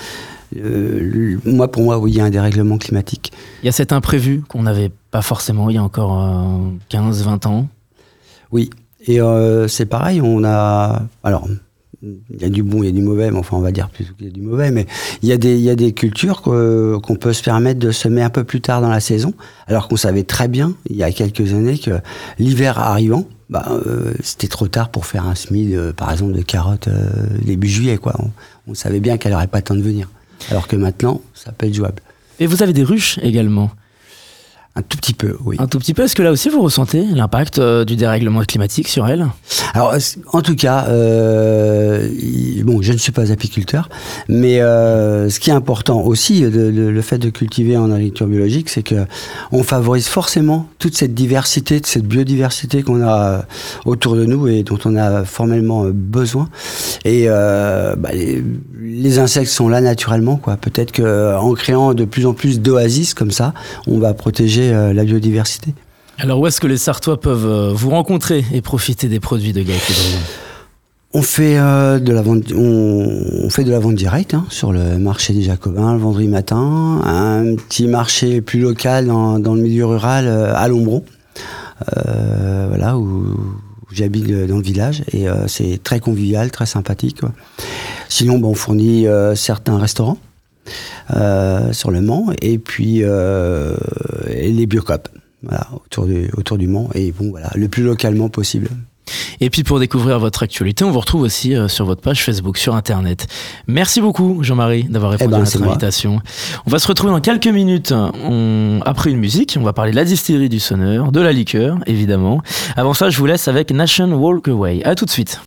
Euh, moi, pour moi, oui, il y a un dérèglement climatique. Il y a cet imprévu qu'on n'avait pas forcément il y a encore euh, quinze vingt ans. Oui, et euh, c'est pareil, on a... Alors, il y a du bon, il y a du mauvais, mais enfin, on va dire plutôt qu'il y a du mauvais, mais il y a des, il y a des cultures que, qu'on peut se permettre de semer un peu plus tard dans la saison, alors qu'on savait très bien, il y a quelques années, que l'hiver arrivant, bah, euh, c'était trop tard pour faire un semis, de, par exemple, de carottes euh, début juillet, quoi. On, on savait bien qu'elle n'aurait pas le temps de venir. Alors que maintenant, ça peut être jouable. Et vous avez des ruches également ? Un tout petit peu, oui. Un tout petit peu. Est-ce que là aussi vous ressentez l'impact euh, du dérèglement climatique sur elles ? Alors, en tout cas, euh, bon, je ne suis pas apiculteur, mais euh, ce qui est important aussi, de, de, le fait de cultiver en agriculture biologique, c'est que on favorise forcément toute cette diversité, cette biodiversité qu'on a autour de nous et dont on a formellement besoin. Et euh, bah, les, les insectes sont là naturellement, quoi. Peut-être qu'en créant de plus en plus d'oasis comme ça, on va protéger la biodiversité. Alors où est-ce que les Sartois peuvent vous rencontrer et profiter des produits de Gaëté Brillant ? On fait euh, de la vente, on, on fait de la vente directe hein, sur le marché des Jacobins le vendredi matin, un petit marché plus local dans, dans le milieu rural euh, à Lombron, euh, voilà où, où j'habite dans le village et euh, c'est très convivial, très sympathique, quoi. Sinon, bon, on fournit euh, certains restaurants. Euh, sur le Mans et puis euh, et les Biocop voilà, autour, du, autour du Mans et bon voilà le plus localement possible. Et puis pour découvrir votre actualité, on vous retrouve aussi euh, sur votre page Facebook, sur Internet. Merci beaucoup Jean-Marie d'avoir répondu eh ben, à notre invitation. Moi. On va se retrouver dans quelques minutes on... après une musique. On va parler de la distillerie du Sonneur, de la liqueur évidemment. Avant ça, je vous laisse avec Nation Walk Away. À tout de suite.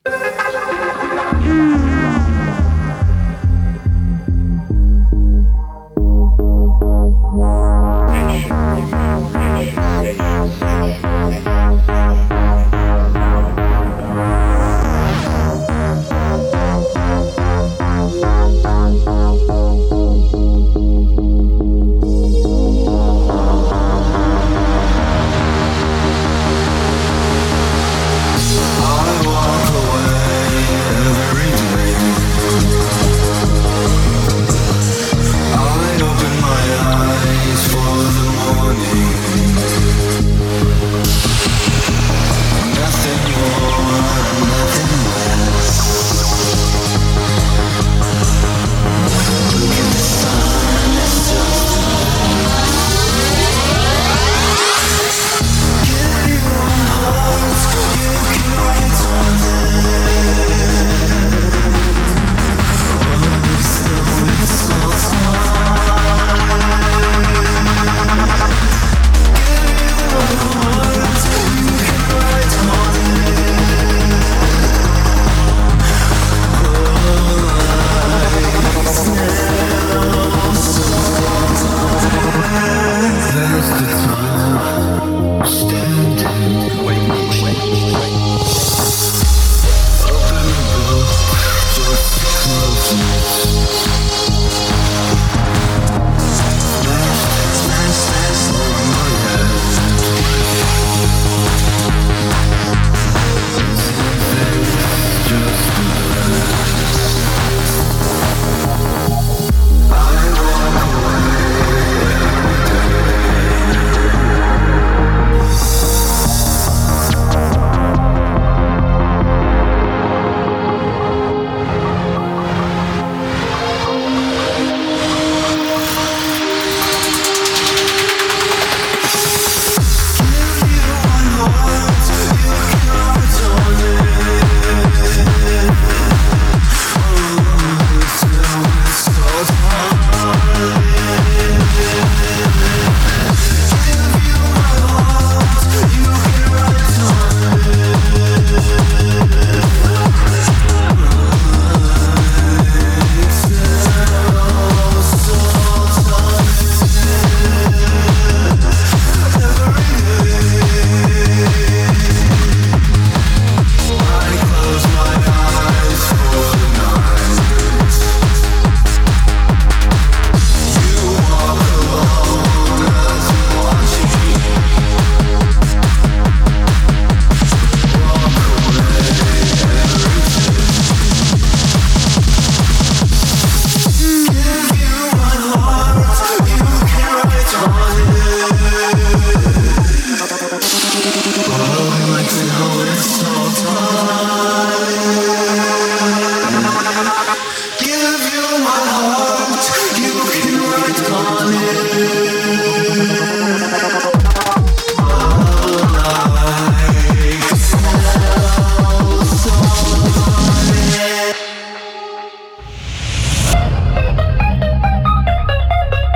I walk away every day.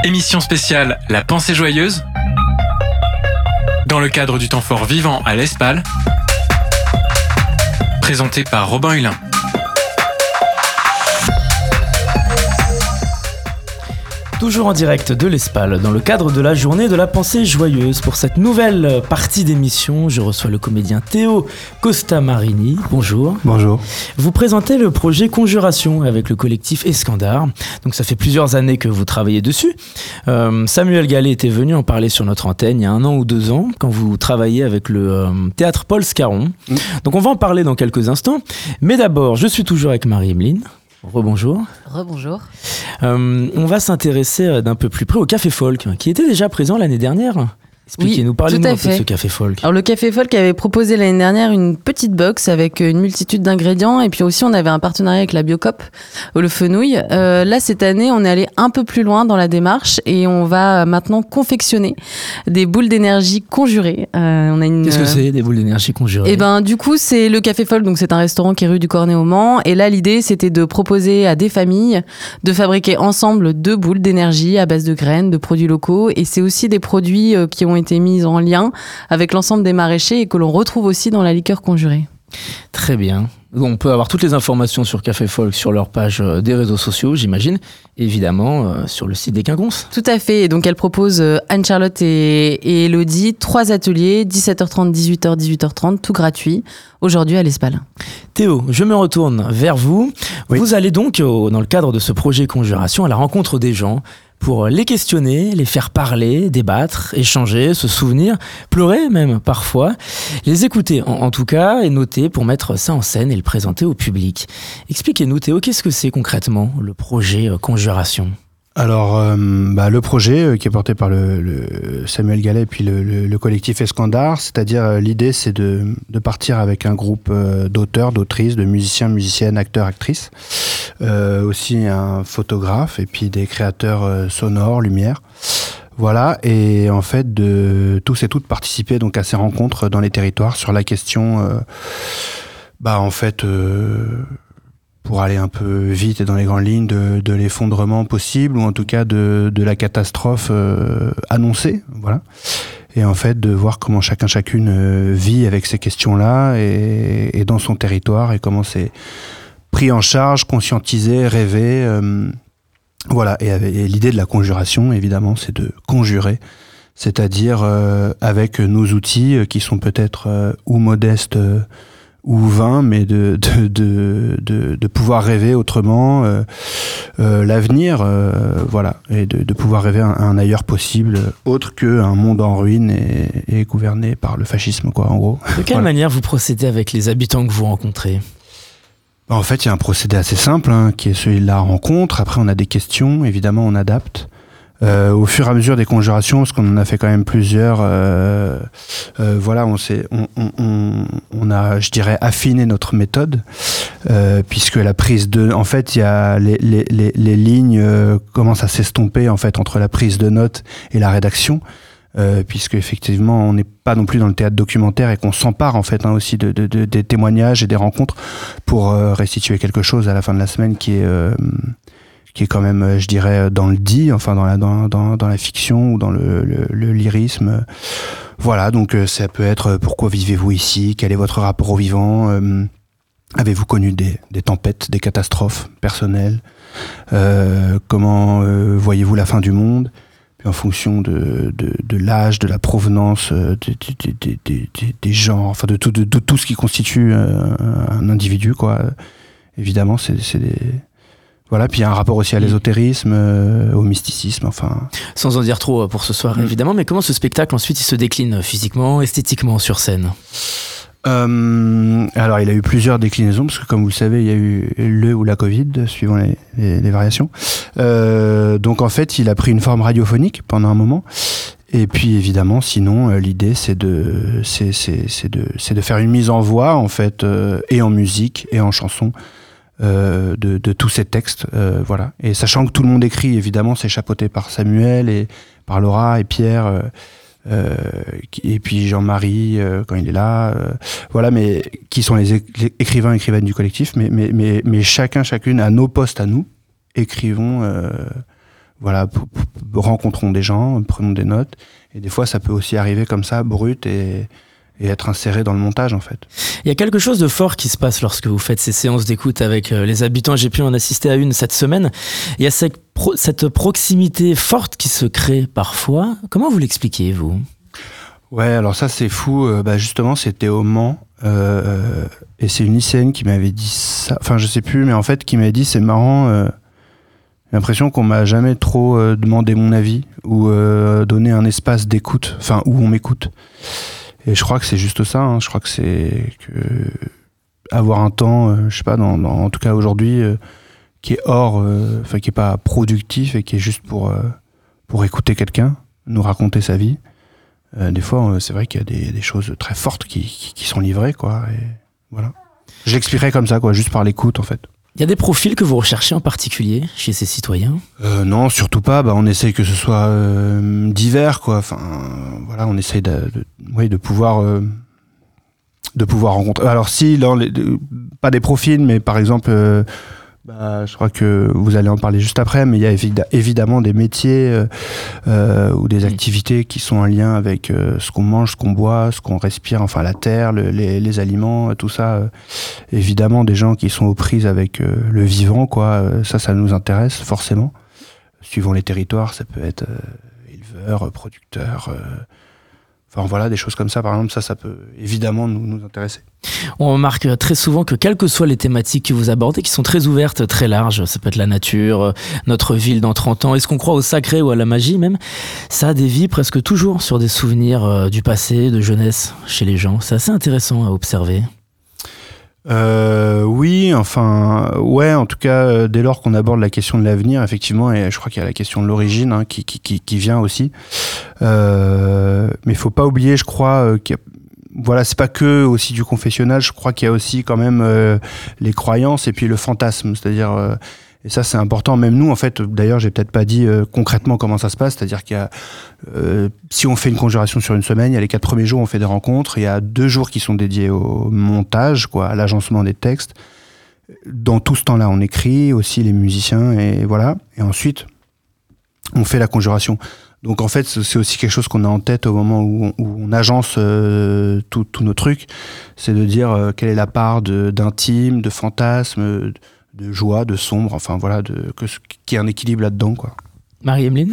Émission spéciale La Pensée Joyeuse, dans le cadre du temps fort vivant à l'Espal, présenté par Robin Hulin. Toujours en direct de l'Espal, dans le cadre de la journée de la pensée joyeuse. Pour cette nouvelle partie d'émission, je reçois le comédien Théo Costamarini. Bonjour. Bonjour. Vous présentez le projet Conjuration avec le collectif Escandar. Donc ça fait plusieurs années que vous travaillez dessus. Euh, Samuel Gallet était venu en parler sur notre antenne il y a un an ou deux ans, quand vous travailliez avec le euh, théâtre Paul Scarron. Mmh. Donc on va en parler dans quelques instants. Mais d'abord, je suis toujours avec Marie-Emeline. Rebonjour. Rebonjour. Euh, on va s'intéresser d'un peu plus près au Café Folk, qui était déjà présent l'année dernière. Expliquez-nous, oui, parlez-nous un peu fait. de ce Café Folk. Alors le Café Folk avait proposé l'année dernière une petite box avec une multitude d'ingrédients et puis aussi on avait un partenariat avec la Biocop au Le Fenouil. Euh, là cette année on est allé un peu plus loin dans la démarche et on va maintenant confectionner des boules d'énergie conjurées. Euh, on a une, Qu'est-ce que c'est des boules d'énergie conjurées? Et ben du coup c'est le Café Folk, donc c'est un restaurant qui est rue du Cornet au Mans et là l'idée c'était de proposer à des familles de fabriquer ensemble deux boules d'énergie à base de graines, de produits locaux et c'est aussi des produits qui ont été mis en lien avec l'ensemble des maraîchers et que l'on retrouve aussi dans la liqueur conjurée. Très bien. On peut avoir toutes les informations sur Café Folk sur leur page des réseaux sociaux, j'imagine, évidemment euh, sur le site des Quinconces. Tout à fait. Et donc elle propose euh, Anne-Charlotte et, et Elodie trois ateliers, dix-sept heures trente, dix-huit heures, dix-huit heures trente, tout gratuit, aujourd'hui à l'Espal. Théo, je me retourne vers vous. Oui. Vous allez donc, au, dans le cadre de ce projet Conjuration, à la rencontre des gens pour les questionner, les faire parler, débattre, échanger, se souvenir, pleurer même parfois, les écouter en, en tout cas et noter pour mettre ça en scène et le présenter au public. Expliquez-nous Théo, qu'est-ce que c'est concrètement le projet Conjuration ? Alors, euh, bah, le projet euh, qui est porté par le, le Samuel Gallet et puis le, le, le collectif Escandar, c'est-à-dire euh, l'idée c'est de, de partir avec un groupe euh, d'auteurs, d'autrices, de musiciens, musiciennes, acteurs, actrices, euh, aussi un photographe et puis des créateurs euh, sonores, lumière. Voilà, et en fait de tous et toutes participer donc à ces rencontres dans les territoires sur la question, euh, bah en fait. Euh, pour aller un peu vite et dans les grandes lignes de, de l'effondrement possible ou en tout cas de, de la catastrophe euh, annoncée, voilà. Et en fait de voir comment chacun chacune euh, vit avec ces questions-là et, et dans son territoire et comment c'est pris en charge, conscientisé, rêvé, euh, voilà. Et, et l'idée de la conjuration, évidemment, c'est de conjurer, c'est-à-dire euh, avec nos outils qui sont peut-être euh, ou modestes. Euh, ou vain, mais de, de, de, de, de pouvoir rêver autrement, euh, euh, l'avenir, euh, voilà, et de, de pouvoir rêver un, un ailleurs possible, autre qu'un monde en ruine et, et gouverné par le fascisme, quoi, en gros. De quelle voilà. manière vous procédez avec les habitants que vous rencontrez ? En fait, il y a un procédé assez simple, hein, qui est celui de la rencontre. Après, on a des questions, évidemment, on adapte. Euh, au fur et à mesure des conjurations, parce qu'on en a fait quand même plusieurs, euh, euh, voilà, on, s'est, on, on, on a, je dirais, affiné notre méthode, euh, puisque la prise de, en fait, il y a les, les, les, les lignes euh, commencent à s'estomper en fait entre la prise de notes et la rédaction, euh, puisque effectivement, on n'est pas non plus dans le théâtre documentaire et qu'on s'empare en fait hein, aussi de, de, de, des témoignages et des rencontres pour euh, restituer quelque chose à la fin de la semaine qui est euh, qui est quand même, je dirais, dans le dit, enfin dans la dans dans, dans la fiction ou dans le, le, le lyrisme. Voilà, donc ça peut être pourquoi vivez-vous ici, quel est votre rapport au vivant, euh, avez-vous connu des, des tempêtes, des catastrophes personnelles, euh, comment euh, voyez-vous la fin du monde, puis en fonction de de, de l'âge, de la provenance, euh, des, des, des, des, des gens, enfin de tout de, de tout ce qui constitue euh, un individu, quoi. Évidemment, c'est c'est des Voilà, puis il y a un rapport aussi à l'ésotérisme, euh, au mysticisme, enfin... Sans en dire trop pour ce soir, mmh. évidemment, mais comment ce spectacle, ensuite, il se décline physiquement, esthétiquement sur scène ? euh, Alors, il a eu plusieurs déclinaisons, parce que comme vous le savez, il y a eu le ou la Covid, suivant les, les, les variations. Euh, donc, en fait, il a pris une forme radiophonique pendant un moment. Et puis, évidemment, sinon, euh, l'idée, c'est de, c'est, c'est, c'est, de, c'est de faire une mise en voix, en fait, euh, et en musique, et en chanson, Euh, de, de tous ces textes, euh, voilà. Et sachant que tout le monde écrit, évidemment, c'est chapeauté par Samuel et par Laura et Pierre, euh, euh, et puis Jean-Marie euh, quand il est là, euh, voilà. Mais qui sont les, é- les écrivains, écrivaines du collectif, mais mais mais mais chacun, chacune à nos postes à nous, écrivons, euh, voilà, p- p- rencontrons des gens, prenons des notes. Et des fois, ça peut aussi arriver comme ça, brut, et, et être inséré dans le montage, en fait. Il y a quelque chose de fort qui se passe lorsque vous faites ces séances d'écoute avec euh, les habitants. J'ai pu en assister à une cette semaine. Il y a cette, pro- cette proximité forte qui se crée parfois. Comment vous l'expliquez, vous ? Ouais, alors ça, c'est fou. Euh, bah, justement, c'était au Mans. Euh, et c'est une lycéenne qui m'avait dit ça. Enfin, je sais plus, mais en fait, qui m'avait dit, c'est marrant... Euh, J'ai l'impression qu'on m'a jamais trop euh, demandé mon avis ou euh, donné un espace d'écoute, enfin où on m'écoute. Et je crois que c'est juste ça. Hein. Je crois que c'est que avoir un temps, euh, je sais pas, dans, dans, en tout cas aujourd'hui, euh, qui est hors, enfin euh, qui est pas productif et qui est juste pour euh, pour écouter quelqu'un, nous raconter sa vie. Euh, des fois, euh, c'est vrai qu'il y a des, des choses très fortes qui, qui, qui sont livrées, quoi. Et voilà. Je l'expliquerais comme ça, quoi, juste par l'écoute, en fait. Il y a des profils que vous recherchez en particulier chez ces citoyens ? euh, Non, surtout pas. Bah, on essaye que ce soit euh, divers, quoi. Enfin, voilà, on essaye de, de, oui, de pouvoir, euh, de pouvoir rencontrer. Alors, si, dans les, de, pas des profils, mais par exemple, euh, bah, je crois que vous allez en parler juste après, mais il y a évi- évidemment des métiers euh, euh, ou des activités qui sont en lien avec euh, ce qu'on mange, ce qu'on boit, ce qu'on respire, enfin la terre, le, les, les aliments, tout ça. Euh, évidemment, des gens qui sont aux prises avec euh, le vivant, quoi. Euh, ça, ça nous intéresse forcément. Suivant les territoires, ça peut être euh, éleveur, producteur. Euh, Enfin voilà, des choses comme ça, par exemple, ça, ça peut évidemment nous, nous intéresser. On remarque très souvent que quelles que soient les thématiques que vous abordez, qui sont très ouvertes, très larges, ça peut être la nature, notre ville dans trente ans, est-ce qu'on croit au sacré ou à la magie même, ça dévie presque toujours sur des souvenirs du passé, de jeunesse chez les gens. C'est assez intéressant à observer. Euh, oui, enfin, ouais, en tout cas, euh, dès lors qu'on aborde la question de l'avenir, effectivement, et je crois qu'il y a la question de l'origine hein, qui, qui, qui, qui vient aussi. Euh, mais il faut pas oublier, je crois, euh, qu'il y a, voilà, c'est pas que aussi du confessionnal. Je crois qu'il y a aussi quand même euh, les croyances et puis le fantasme, c'est-à-dire. Euh, Et ça, c'est important. Même nous, en fait, d'ailleurs, j'ai peut-être pas dit euh, concrètement comment ça se passe. C'est-à-dire qu'il y a, euh, si on fait une conjuration sur une semaine, il y a les quatre premiers jours, on fait des rencontres. Il y a deux jours qui sont dédiés au montage, quoi, à l'agencement des textes. Dans tout ce temps-là, on écrit aussi les musiciens et voilà. Et ensuite, on fait la conjuration. Donc, en fait, c'est aussi quelque chose qu'on a en tête au moment où on, où on agence euh, tous nos trucs. C'est de dire euh, quelle est la part de, d'intime, de fantasme, de, de joie, de sombre, enfin voilà, de, que, qu'il y ait un équilibre là-dedans, quoi. Marie-Emeline ?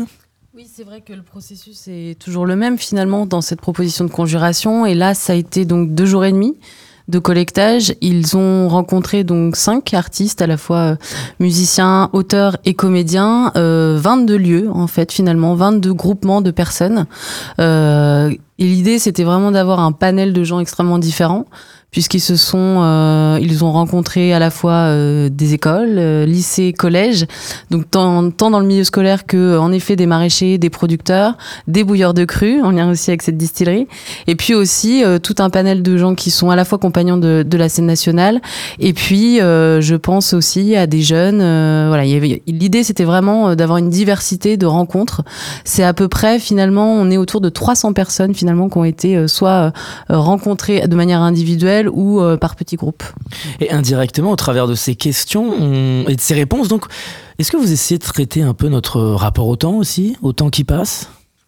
Oui, c'est vrai que le processus est toujours le même finalement dans cette proposition de conjuration. Et là, ça a été donc deux jours et demi de collectage. Ils ont rencontré donc cinq artistes, à la fois euh, musiciens, auteurs et comédiens, euh, vingt-deux lieux en fait finalement, vingt-deux groupements de personnes. Euh, et l'idée, c'était vraiment d'avoir un panel de gens extrêmement différents, puisqu'ils se sont, euh, ils ont rencontré à la fois euh, des écoles, euh, lycées, collèges, donc tant, tant dans le milieu scolaire que en effet des maraîchers, des producteurs, des bouilleurs de cru, en lien aussi avec cette distillerie, et puis aussi euh, tout un panel de gens qui sont à la fois compagnons de, de la scène nationale, et puis euh, je pense aussi à des jeunes. Euh, voilà, il y avait, l'idée c'était vraiment d'avoir une diversité de rencontres. C'est à peu près finalement, on est autour de trois cents personnes finalement qui ont été euh, soit euh, rencontrées de manière individuelle ou euh, par petits groupes. Et indirectement, au travers de ces questions on... et de ces réponses, donc, est-ce que vous essayez de traiter un peu notre rapport au temps aussi, au temps qui passe ?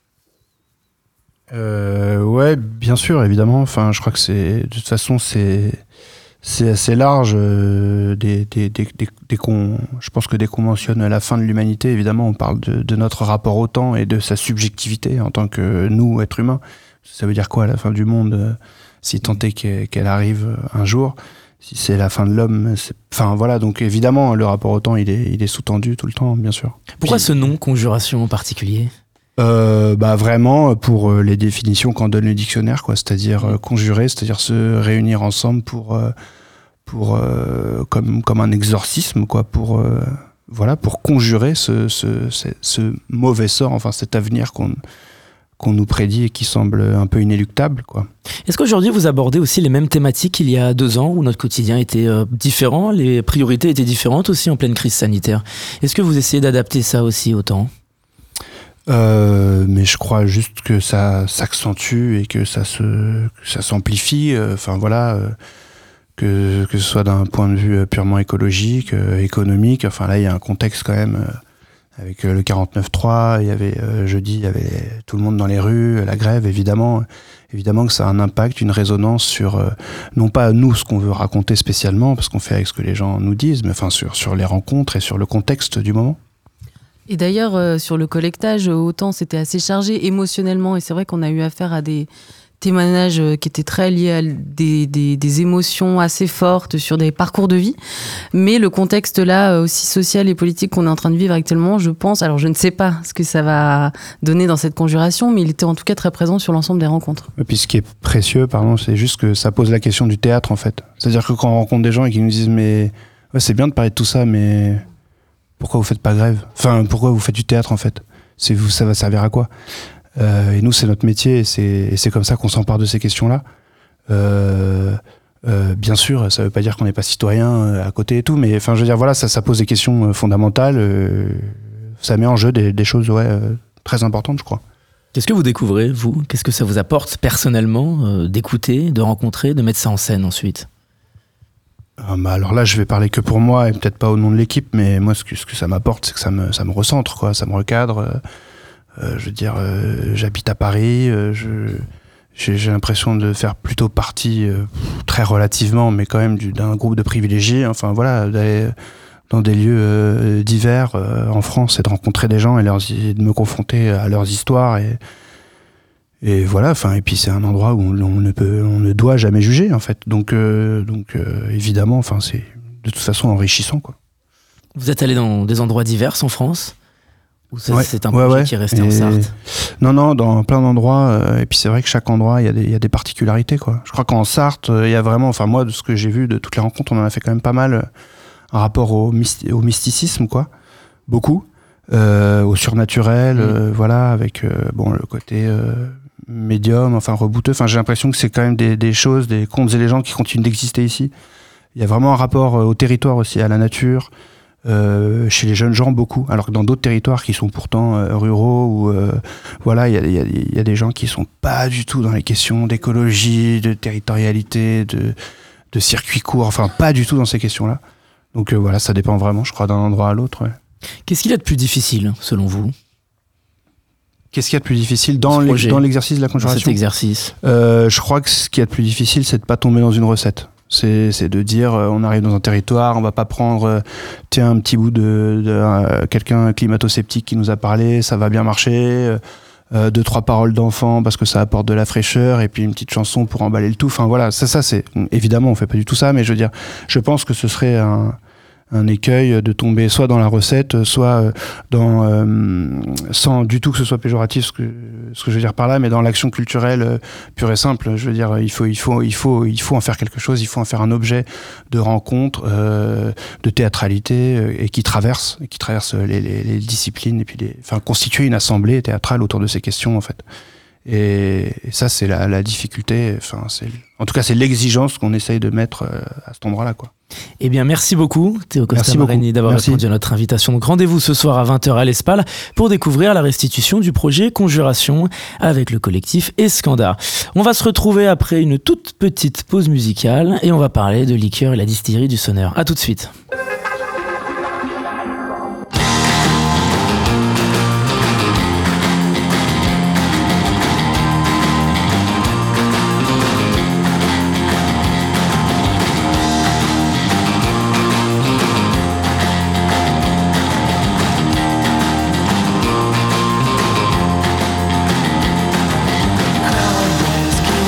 euh, Ouais, bien sûr, évidemment. Enfin, je crois que c'est, de toute façon, c'est, c'est assez large. Euh, dès, dès, dès, dès, dès qu'on, je pense que dès qu'on mentionne la fin de l'humanité, évidemment, on parle de, de notre rapport au temps et de sa subjectivité en tant que nous, êtres humains. Ça veut dire quoi, la fin du monde euh, si tant est qu'elle, qu'elle arrive un jour, si c'est la fin de l'homme, c'est... Enfin voilà, donc évidemment, le rapport au temps, il est, il est sous-tendu tout le temps, bien sûr. Pourquoi Puis, ce nom, conjuration en particulier ? euh, bah vraiment, pour les définitions qu'en donne le dictionnaire, quoi, c'est-à-dire euh, conjurer, c'est-à-dire se réunir ensemble pour, euh, pour, euh, comme, comme un exorcisme, quoi, pour, euh, voilà, pour conjurer ce, ce, ce, ce mauvais sort, enfin cet avenir qu'on... qu'on nous prédit et qui semble un peu inéluctable, quoi. Est-ce qu'aujourd'hui vous abordez aussi les mêmes thématiques qu'il y a deux ans où notre quotidien était euh, différent, les priorités étaient différentes aussi en pleine crise sanitaire ? Est-ce que vous essayez d'adapter ça aussi au temps ? euh, Mais je crois juste que ça s'accentue et que ça se, que ça s'amplifie. Enfin euh, voilà, euh, que que ce soit d'un point de vue purement écologique, euh, économique. Enfin là, il y a un contexte quand même. Euh, avec le quarante-neuf trois, il y avait euh, jeudi, il y avait tout le monde dans les rues, la grève, évidemment. Évidemment que ça a un impact, une résonance sur, euh, non pas nous, ce qu'on veut raconter spécialement, parce qu'on fait avec ce que les gens nous disent, mais enfin sur, sur les rencontres et sur le contexte du moment. Et d'ailleurs, euh, sur le collectage, autant c'était assez chargé émotionnellement, et c'est vrai qu'on a eu affaire à des témoignages qui étaient très liés à des, des, des émotions assez fortes sur des parcours de vie. Mais le contexte là, aussi social et politique qu'on est en train de vivre actuellement, je pense, alors je ne sais pas ce que ça va donner dans cette conjuration, mais il était en tout cas très présent sur l'ensemble des rencontres. Et puis ce qui est précieux, pardon, c'est juste que ça pose la question du théâtre en fait. C'est-à-dire que quand on rencontre des gens et qui nous disent mais ouais, c'est bien de parler de tout ça, mais pourquoi vous faites pas grève ? Enfin, pourquoi vous faites du théâtre en fait ? C'est vous, ça va servir à quoi ? Euh, et nous, c'est notre métier, et c'est, et c'est comme ça qu'on s'empare de ces questions-là. Euh, euh, bien sûr, ça veut pas dire qu'on n'est pas citoyen à côté et tout, mais enfin, je veux dire, voilà, ça, ça pose des questions fondamentales. Euh, ça met en jeu des, des choses, ouais, euh, très importantes, je crois. Qu'est-ce que vous découvrez, vous ? Qu'est-ce que ça vous apporte personnellement euh, d'écouter, de rencontrer, de mettre ça en scène ensuite ? Ah bah alors là, je vais parler que pour moi et peut-être pas au nom de l'équipe, mais moi, ce que, ce que ça m'apporte, c'est que ça me, ça me recentre, quoi, ça me recadre. Euh, Euh, je veux dire, euh, j'habite à Paris, euh, je, j'ai, j'ai l'impression de faire plutôt partie, euh, très relativement, mais quand même du, d'un groupe de privilégiés. Enfin voilà, d'aller dans des lieux euh, divers euh, en France et de rencontrer des gens et, leurs, et de me confronter à leurs histoires. Et, et voilà, enfin, et puis c'est un endroit où on, on, ne, peut, on ne doit jamais juger, en fait. Donc, euh, donc euh, évidemment, enfin, c'est de toute façon enrichissant, quoi. Vous êtes allé dans des endroits divers en France ? Ou ça, ouais, c'est un ouais, projet ouais. qui est resté et... en Sarthe ? Non, non, dans plein d'endroits. Euh, et puis c'est vrai que chaque endroit, il y a des, il y a des particularités, quoi. Je crois qu'en Sarthe, il y a vraiment, enfin moi, de ce que j'ai vu de toutes les rencontres, on en a fait quand même pas mal, euh, un rapport au, mysti- au mysticisme, quoi. Beaucoup. Euh, au surnaturel, mmh. euh, voilà, avec euh, bon, le côté euh, médium, enfin rebouteux. Enfin, j'ai l'impression que c'est quand même des, des choses, des contes et légendes qui continuent d'exister ici. Il y a vraiment un rapport au territoire aussi, à la nature. Euh, chez les jeunes gens beaucoup, alors que dans d'autres territoires qui sont pourtant euh, ruraux ou euh, voilà, il y a, y, a, y a des gens qui sont pas du tout dans les questions d'écologie, de territorialité, de, de circuits courts, enfin pas du tout dans ces questions-là. Donc euh, voilà, ça dépend vraiment, je crois, d'un endroit à l'autre. Ouais. Qu'est-ce qu'il y a de plus difficile, selon vous ? Qu'est-ce qu'il y a de plus difficile dans, l'ex- dans l'exercice de la conjuration ? Cet exercice. Euh, je crois que ce qu'il y a de plus difficile, c'est de pas tomber dans une recette. C'est, c'est de dire, euh, on arrive dans un territoire, on va pas prendre, euh, tiens, un petit bout de, de euh, quelqu'un climato-sceptique qui nous a parlé, ça va bien marcher, euh, deux, trois paroles d'enfants parce que ça apporte de la fraîcheur, et puis une petite chanson pour emballer le tout. Enfin voilà, ça, ça c'est, évidemment, on fait pas du tout ça, mais je veux dire, je pense que ce serait un, un écueil de tomber soit dans la recette, soit dans, euh, sans du tout que ce soit péjoratif, ce que, ce que je veux dire par là, mais dans l'action culturelle euh, pure et simple. Je veux dire, il faut, il faut, il faut, il faut en faire quelque chose, il faut en faire un objet de rencontre, euh, de théâtralité, euh, et qui traverse, et qui traverse les, les, les disciplines, et puis les, enfin, constituer une assemblée théâtrale autour de ces questions, en fait. Et, et ça, c'est la, la difficulté, enfin, c'est, en tout cas, c'est l'exigence qu'on essaye de mettre euh, à cet endroit-là, quoi. Eh bien, merci beaucoup, Théo Costa-Moreni, d'avoir merci. répondu à notre invitation. Donc, rendez-vous ce soir à vingt heures à l'Espal pour découvrir la restitution du projet Conjuration avec le collectif Escandar. On va se retrouver après une toute petite pause musicale et on va parler de liqueur et la distillerie du Sonneur. À tout de suite.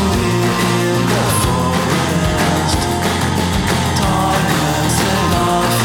Darkness and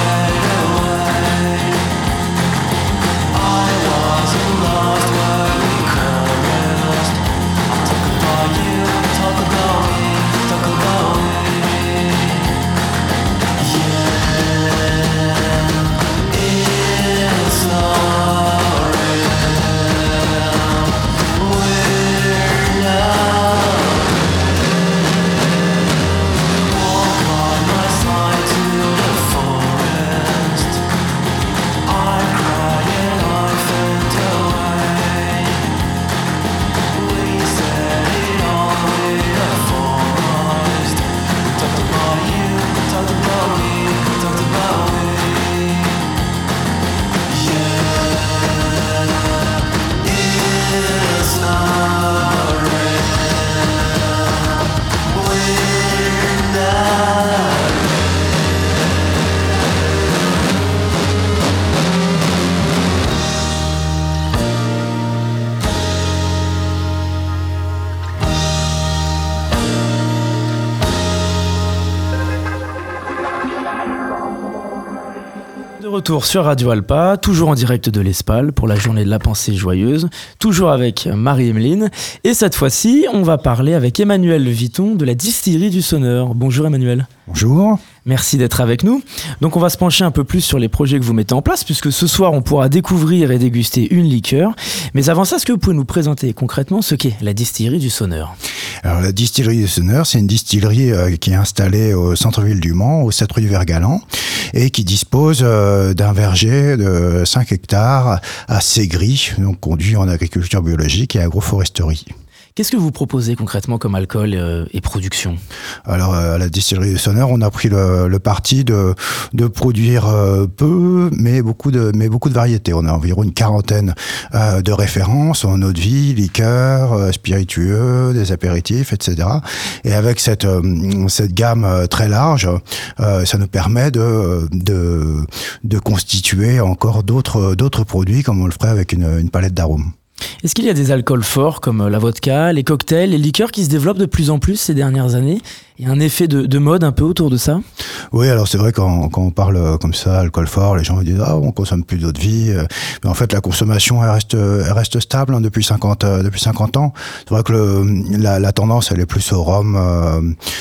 De retour sur Radio Alpa, toujours en direct de l'Espal pour la journée de la pensée joyeuse, toujours avec Marie-Emeline. Et cette fois-ci, on va parler avec Emmanuel Viton de la distillerie du Sonneur. Bonjour Emmanuel. Bonjour. Merci d'être avec nous. Donc on va se pencher un peu plus sur les projets que vous mettez en place, puisque ce soir on pourra découvrir et déguster une liqueur. Mais avant ça, est-ce que vous pouvez nous présenter concrètement ce qu'est la distillerie du Sonneur ? Alors la distillerie du Sonneur, c'est une distillerie euh, qui est installée au centre-ville du Mans, au sept rue du Vert-Galant, et qui dispose euh, d'un verger de cinq hectares à Ségris, donc conduit en agriculture biologique et agroforesterie. Qu'est-ce que vous proposez concrètement comme alcool euh, et production ? Alors à la distillerie du Sonneur, on a pris le, le parti de, de produire euh, peu, mais beaucoup de, mais beaucoup de variétés. On a environ une quarantaine euh, de références en eau de vie, liqueurs, euh, spiritueux, des apéritifs, et cetera. Et avec cette, euh, cette gamme euh, très large, euh, ça nous permet de, de, de constituer encore d'autres, d'autres produits comme on le ferait avec une, une palette d'arômes. Est-ce qu'il y a des alcools forts comme la vodka, les cocktails, les liqueurs qui se développent de plus en plus ces dernières années ? Il y a un effet de, de mode un peu autour de ça ? Oui, alors c'est vrai quand, quand on parle comme ça, alcool fort, les gens disent « Ah, on consomme plus d'eau de vie ». Mais en fait, la consommation, elle reste, elle reste stable hein, depuis, cinquante, depuis cinquante ans. C'est vrai que le, la, la tendance, elle est plus au rhum, euh,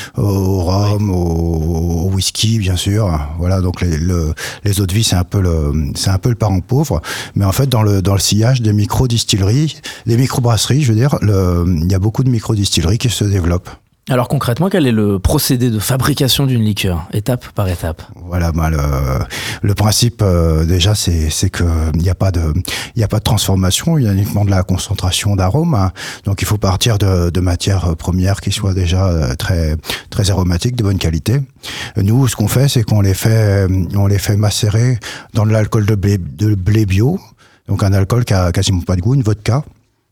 au rhum, au, au whisky, bien sûr. Voilà, donc les, le, les eaux de vie, c'est un peu le, c'est un peu le parent pauvre. Mais en fait, dans le, dans le sillage des micro-distilleries, des micro-brasseries, je veux dire, le, il y a beaucoup de micro-distilleries qui se développent. Alors concrètement, quel est le procédé de fabrication d'une liqueur, étape par étape ? Voilà, bah le, le principe euh, déjà, c'est, c'est que il n'y a pas de, il n'y a pas de transformation, il y a uniquement de la concentration d'arômes. Hein. Donc il faut partir de, de matières premières qui soient déjà très, très aromatiques, de bonne qualité. Nous, ce qu'on fait, c'est qu'on les fait, on les fait macérer dans de l'alcool de blé, de blé bio, donc un alcool qui a quasiment pas de goût, une vodka.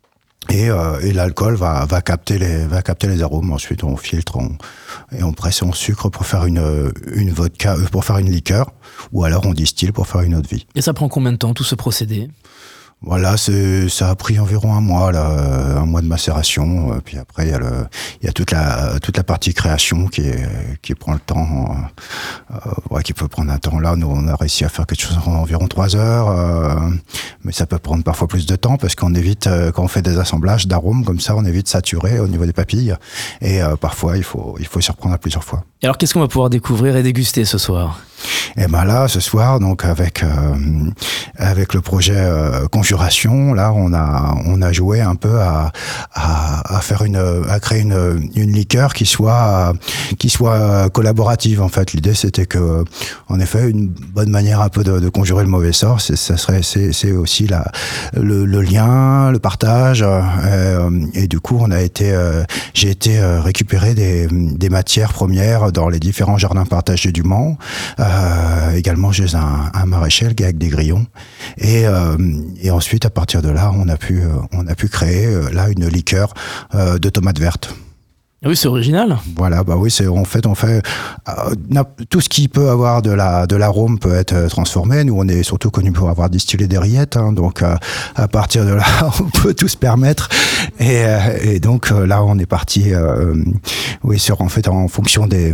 Et, euh, et l'alcool va, va capter les, va capter les arômes. Ensuite, on filtre, on, et on presse en sucre pour faire une, une vodka, pour faire une liqueur, ou alors on distille pour faire une eau de vie. Et ça prend combien de temps tout ce procédé ? Voilà, c'est, ça a pris environ un mois, là, un mois de macération. Puis après, il y a le, il y a toute la, toute la partie création qui est, qui prend le temps, euh, ouais, qui peut prendre un temps. Là, nous, on a réussi à faire quelque chose en environ trois heures, euh, mais ça peut prendre parfois plus de temps parce qu'on évite, euh, quand on fait des assemblages d'arômes comme ça, on évite de saturer au niveau des papilles. Et euh, parfois, il faut, il faut s'y reprendre à plusieurs fois. Et alors, qu'est-ce qu'on va pouvoir découvrir et déguster ce soir ? Et ben là, ce soir, donc avec euh, avec le projet euh, Conjuration, là, on a on a joué un peu à à, à faire une à créer une une liqueur qui soit qui soit collaborative. En fait, l'idée c'était que, en effet, une bonne manière un peu de, de conjurer le mauvais sort, c'est ça serait c'est c'est aussi la le, le lien, le partage. Euh, et du coup, on a été euh, j'ai été euh, récupérer des des matières premières dans les différents jardins partagés du Mans. Euh, également chez un, un maraîcher avec des grillons et, euh, et ensuite à partir de là on a pu, euh, on a pu créer euh, là une liqueur euh, de tomates vertes. Oui, c'est original. Voilà, bah oui, c'est en fait on fait euh, tout ce qui peut avoir de la de l'arôme peut être transformé. Nous, on est surtout connus pour avoir distillé des rillettes, hein, donc euh, à partir de là, on peut tout se permettre. Et, et donc là, on est parti, euh, oui, sur en fait en fonction des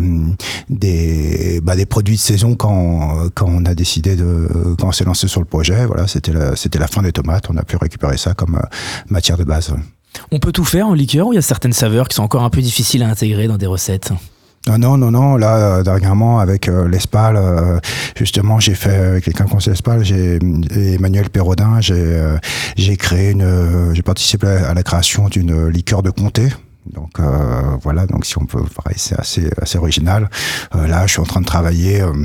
des bah, des produits de saison quand quand on a décidé de quand on s'est lancé sur le projet. Voilà, c'était la, c'était la fin des tomates. On a pu récupérer ça comme euh, matière de base. On peut tout faire en liqueur ou il y a certaines saveurs qui sont encore un peu difficiles à intégrer dans des recettes ? Non, non, non, non. Là, euh, dernièrement, avec euh, l'Espal, euh, justement, j'ai fait, avec les quinconces l'Espal, j'ai, Emmanuel Perrodin, j'ai, euh, j'ai créé une, euh, j'ai participé à la création d'une liqueur de comté. Donc, euh, voilà. Donc, si on peut, pareil, c'est assez, assez original. Euh, là, je suis en train de travailler, euh,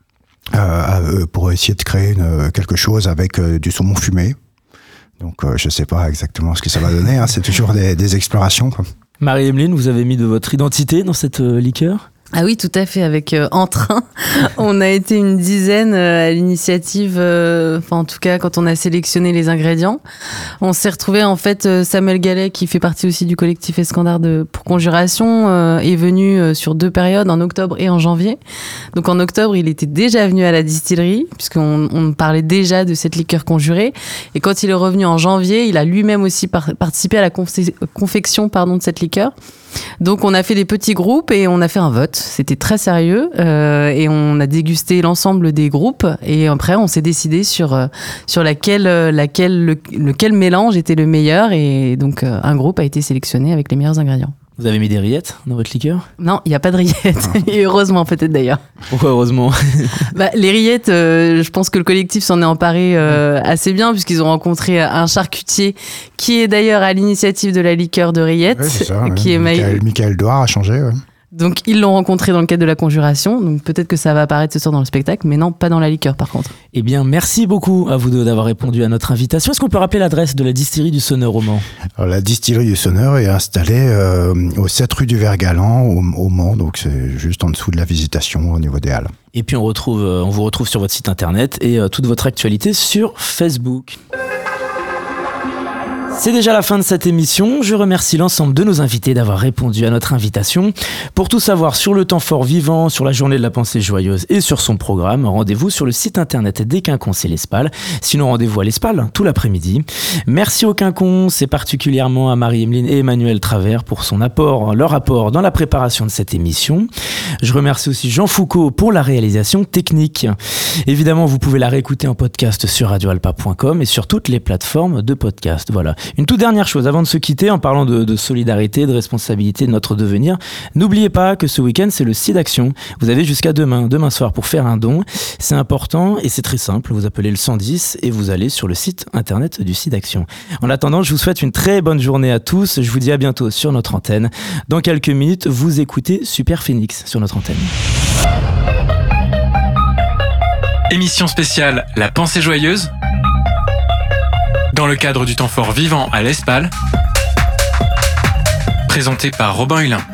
euh, pour essayer de créer une, quelque chose avec euh, du saumon fumé. Donc, euh, je sais pas exactement ce que ça va donner. Hein. C'est toujours des, des explorations, quoi. Marie-Emeline, vous avez mis de votre identité dans cette euh, liqueur ? Ah oui, tout à fait. Avec euh, Entrain, on a été une dizaine euh, à l'initiative, euh, enfin en tout cas quand on a sélectionné les ingrédients. On s'est retrouvé en fait, euh, Samuel Gallet, qui fait partie aussi du collectif Escandard de, pour Conjuration, euh, est venu euh, sur deux périodes, en octobre et en janvier. Donc en octobre, il était déjà venu à la distillerie, puisqu'on on parlait déjà de cette liqueur conjurée. Et quand il est revenu en janvier, il a lui-même aussi par, participé à la confection pardon, de cette liqueur. Donc on a fait des petits groupes et on a fait un vote. C'était très sérieux euh, et on a dégusté l'ensemble des groupes et après on s'est décidé sur euh, sur laquelle laquelle le, lequel mélange était le meilleur et donc euh, un groupe a été sélectionné avec les meilleurs ingrédients. Vous avez mis des rillettes dans votre liqueur ? Non, il n'y a pas de rillettes. Et heureusement, peut-être d'ailleurs. Pourquoi heureusement ? bah, Les rillettes, euh, je pense que le collectif s'en est emparé euh, assez bien, puisqu'ils ont rencontré un charcutier qui est d'ailleurs à l'initiative de la liqueur de rillettes. Oui, c'est ça, qui ouais. est Michael, Maï... Michael Doire a changé. Ouais. Donc, ils l'ont rencontré dans le cadre de la conjuration. Donc, peut-être que ça va apparaître ce soir dans le spectacle, mais non, pas dans la liqueur, par contre. Eh bien, merci beaucoup à vous deux d'avoir répondu à notre invitation. Est-ce qu'on peut rappeler l'adresse de la distillerie du Sonneur au Mans ? Alors, la distillerie du Sonneur est installée euh, au sept rue du Vert-Galant, au, au Mans. Donc, c'est juste en dessous de la Visitation, au niveau des Halles. Et puis, on, retrouve, on vous retrouve sur votre site internet et euh, toute votre actualité sur Facebook. C'est déjà la fin de cette émission. Je remercie l'ensemble de nos invités d'avoir répondu à notre invitation. Pour tout savoir sur le temps fort vivant, sur la journée de la pensée joyeuse et sur son programme, rendez-vous sur le site internet des Quinconces et l'Espal. Sinon, rendez-vous à l'Espal tout l'après-midi. Merci aux Quinconces et particulièrement à Marie-Emeline et Emmanuel Travers pour son apport, leur apport dans la préparation de cette émission. Je remercie aussi Jean Foucault pour la réalisation technique. Évidemment, vous pouvez la réécouter en podcast sur radio alpa point com et sur toutes les plateformes de podcast. Voilà. Une toute dernière chose avant de se quitter, en parlant de, de solidarité, de responsabilité de notre devenir, n'oubliez pas que ce week-end c'est le SIDAction. Vous avez jusqu'à demain, demain soir pour faire un don. C'est important et c'est très simple. Vous appelez le cent dix et vous allez sur le site internet du SIDAction. En attendant, je vous souhaite une très bonne journée à tous. Je vous dis à bientôt sur notre antenne. Dans quelques minutes, vous écoutez Super Phoenix sur notre antenne. Émission spéciale La Pensée Joyeuse, dans le cadre du temps fort vivant à l'Espal, présenté par Robin Hulin.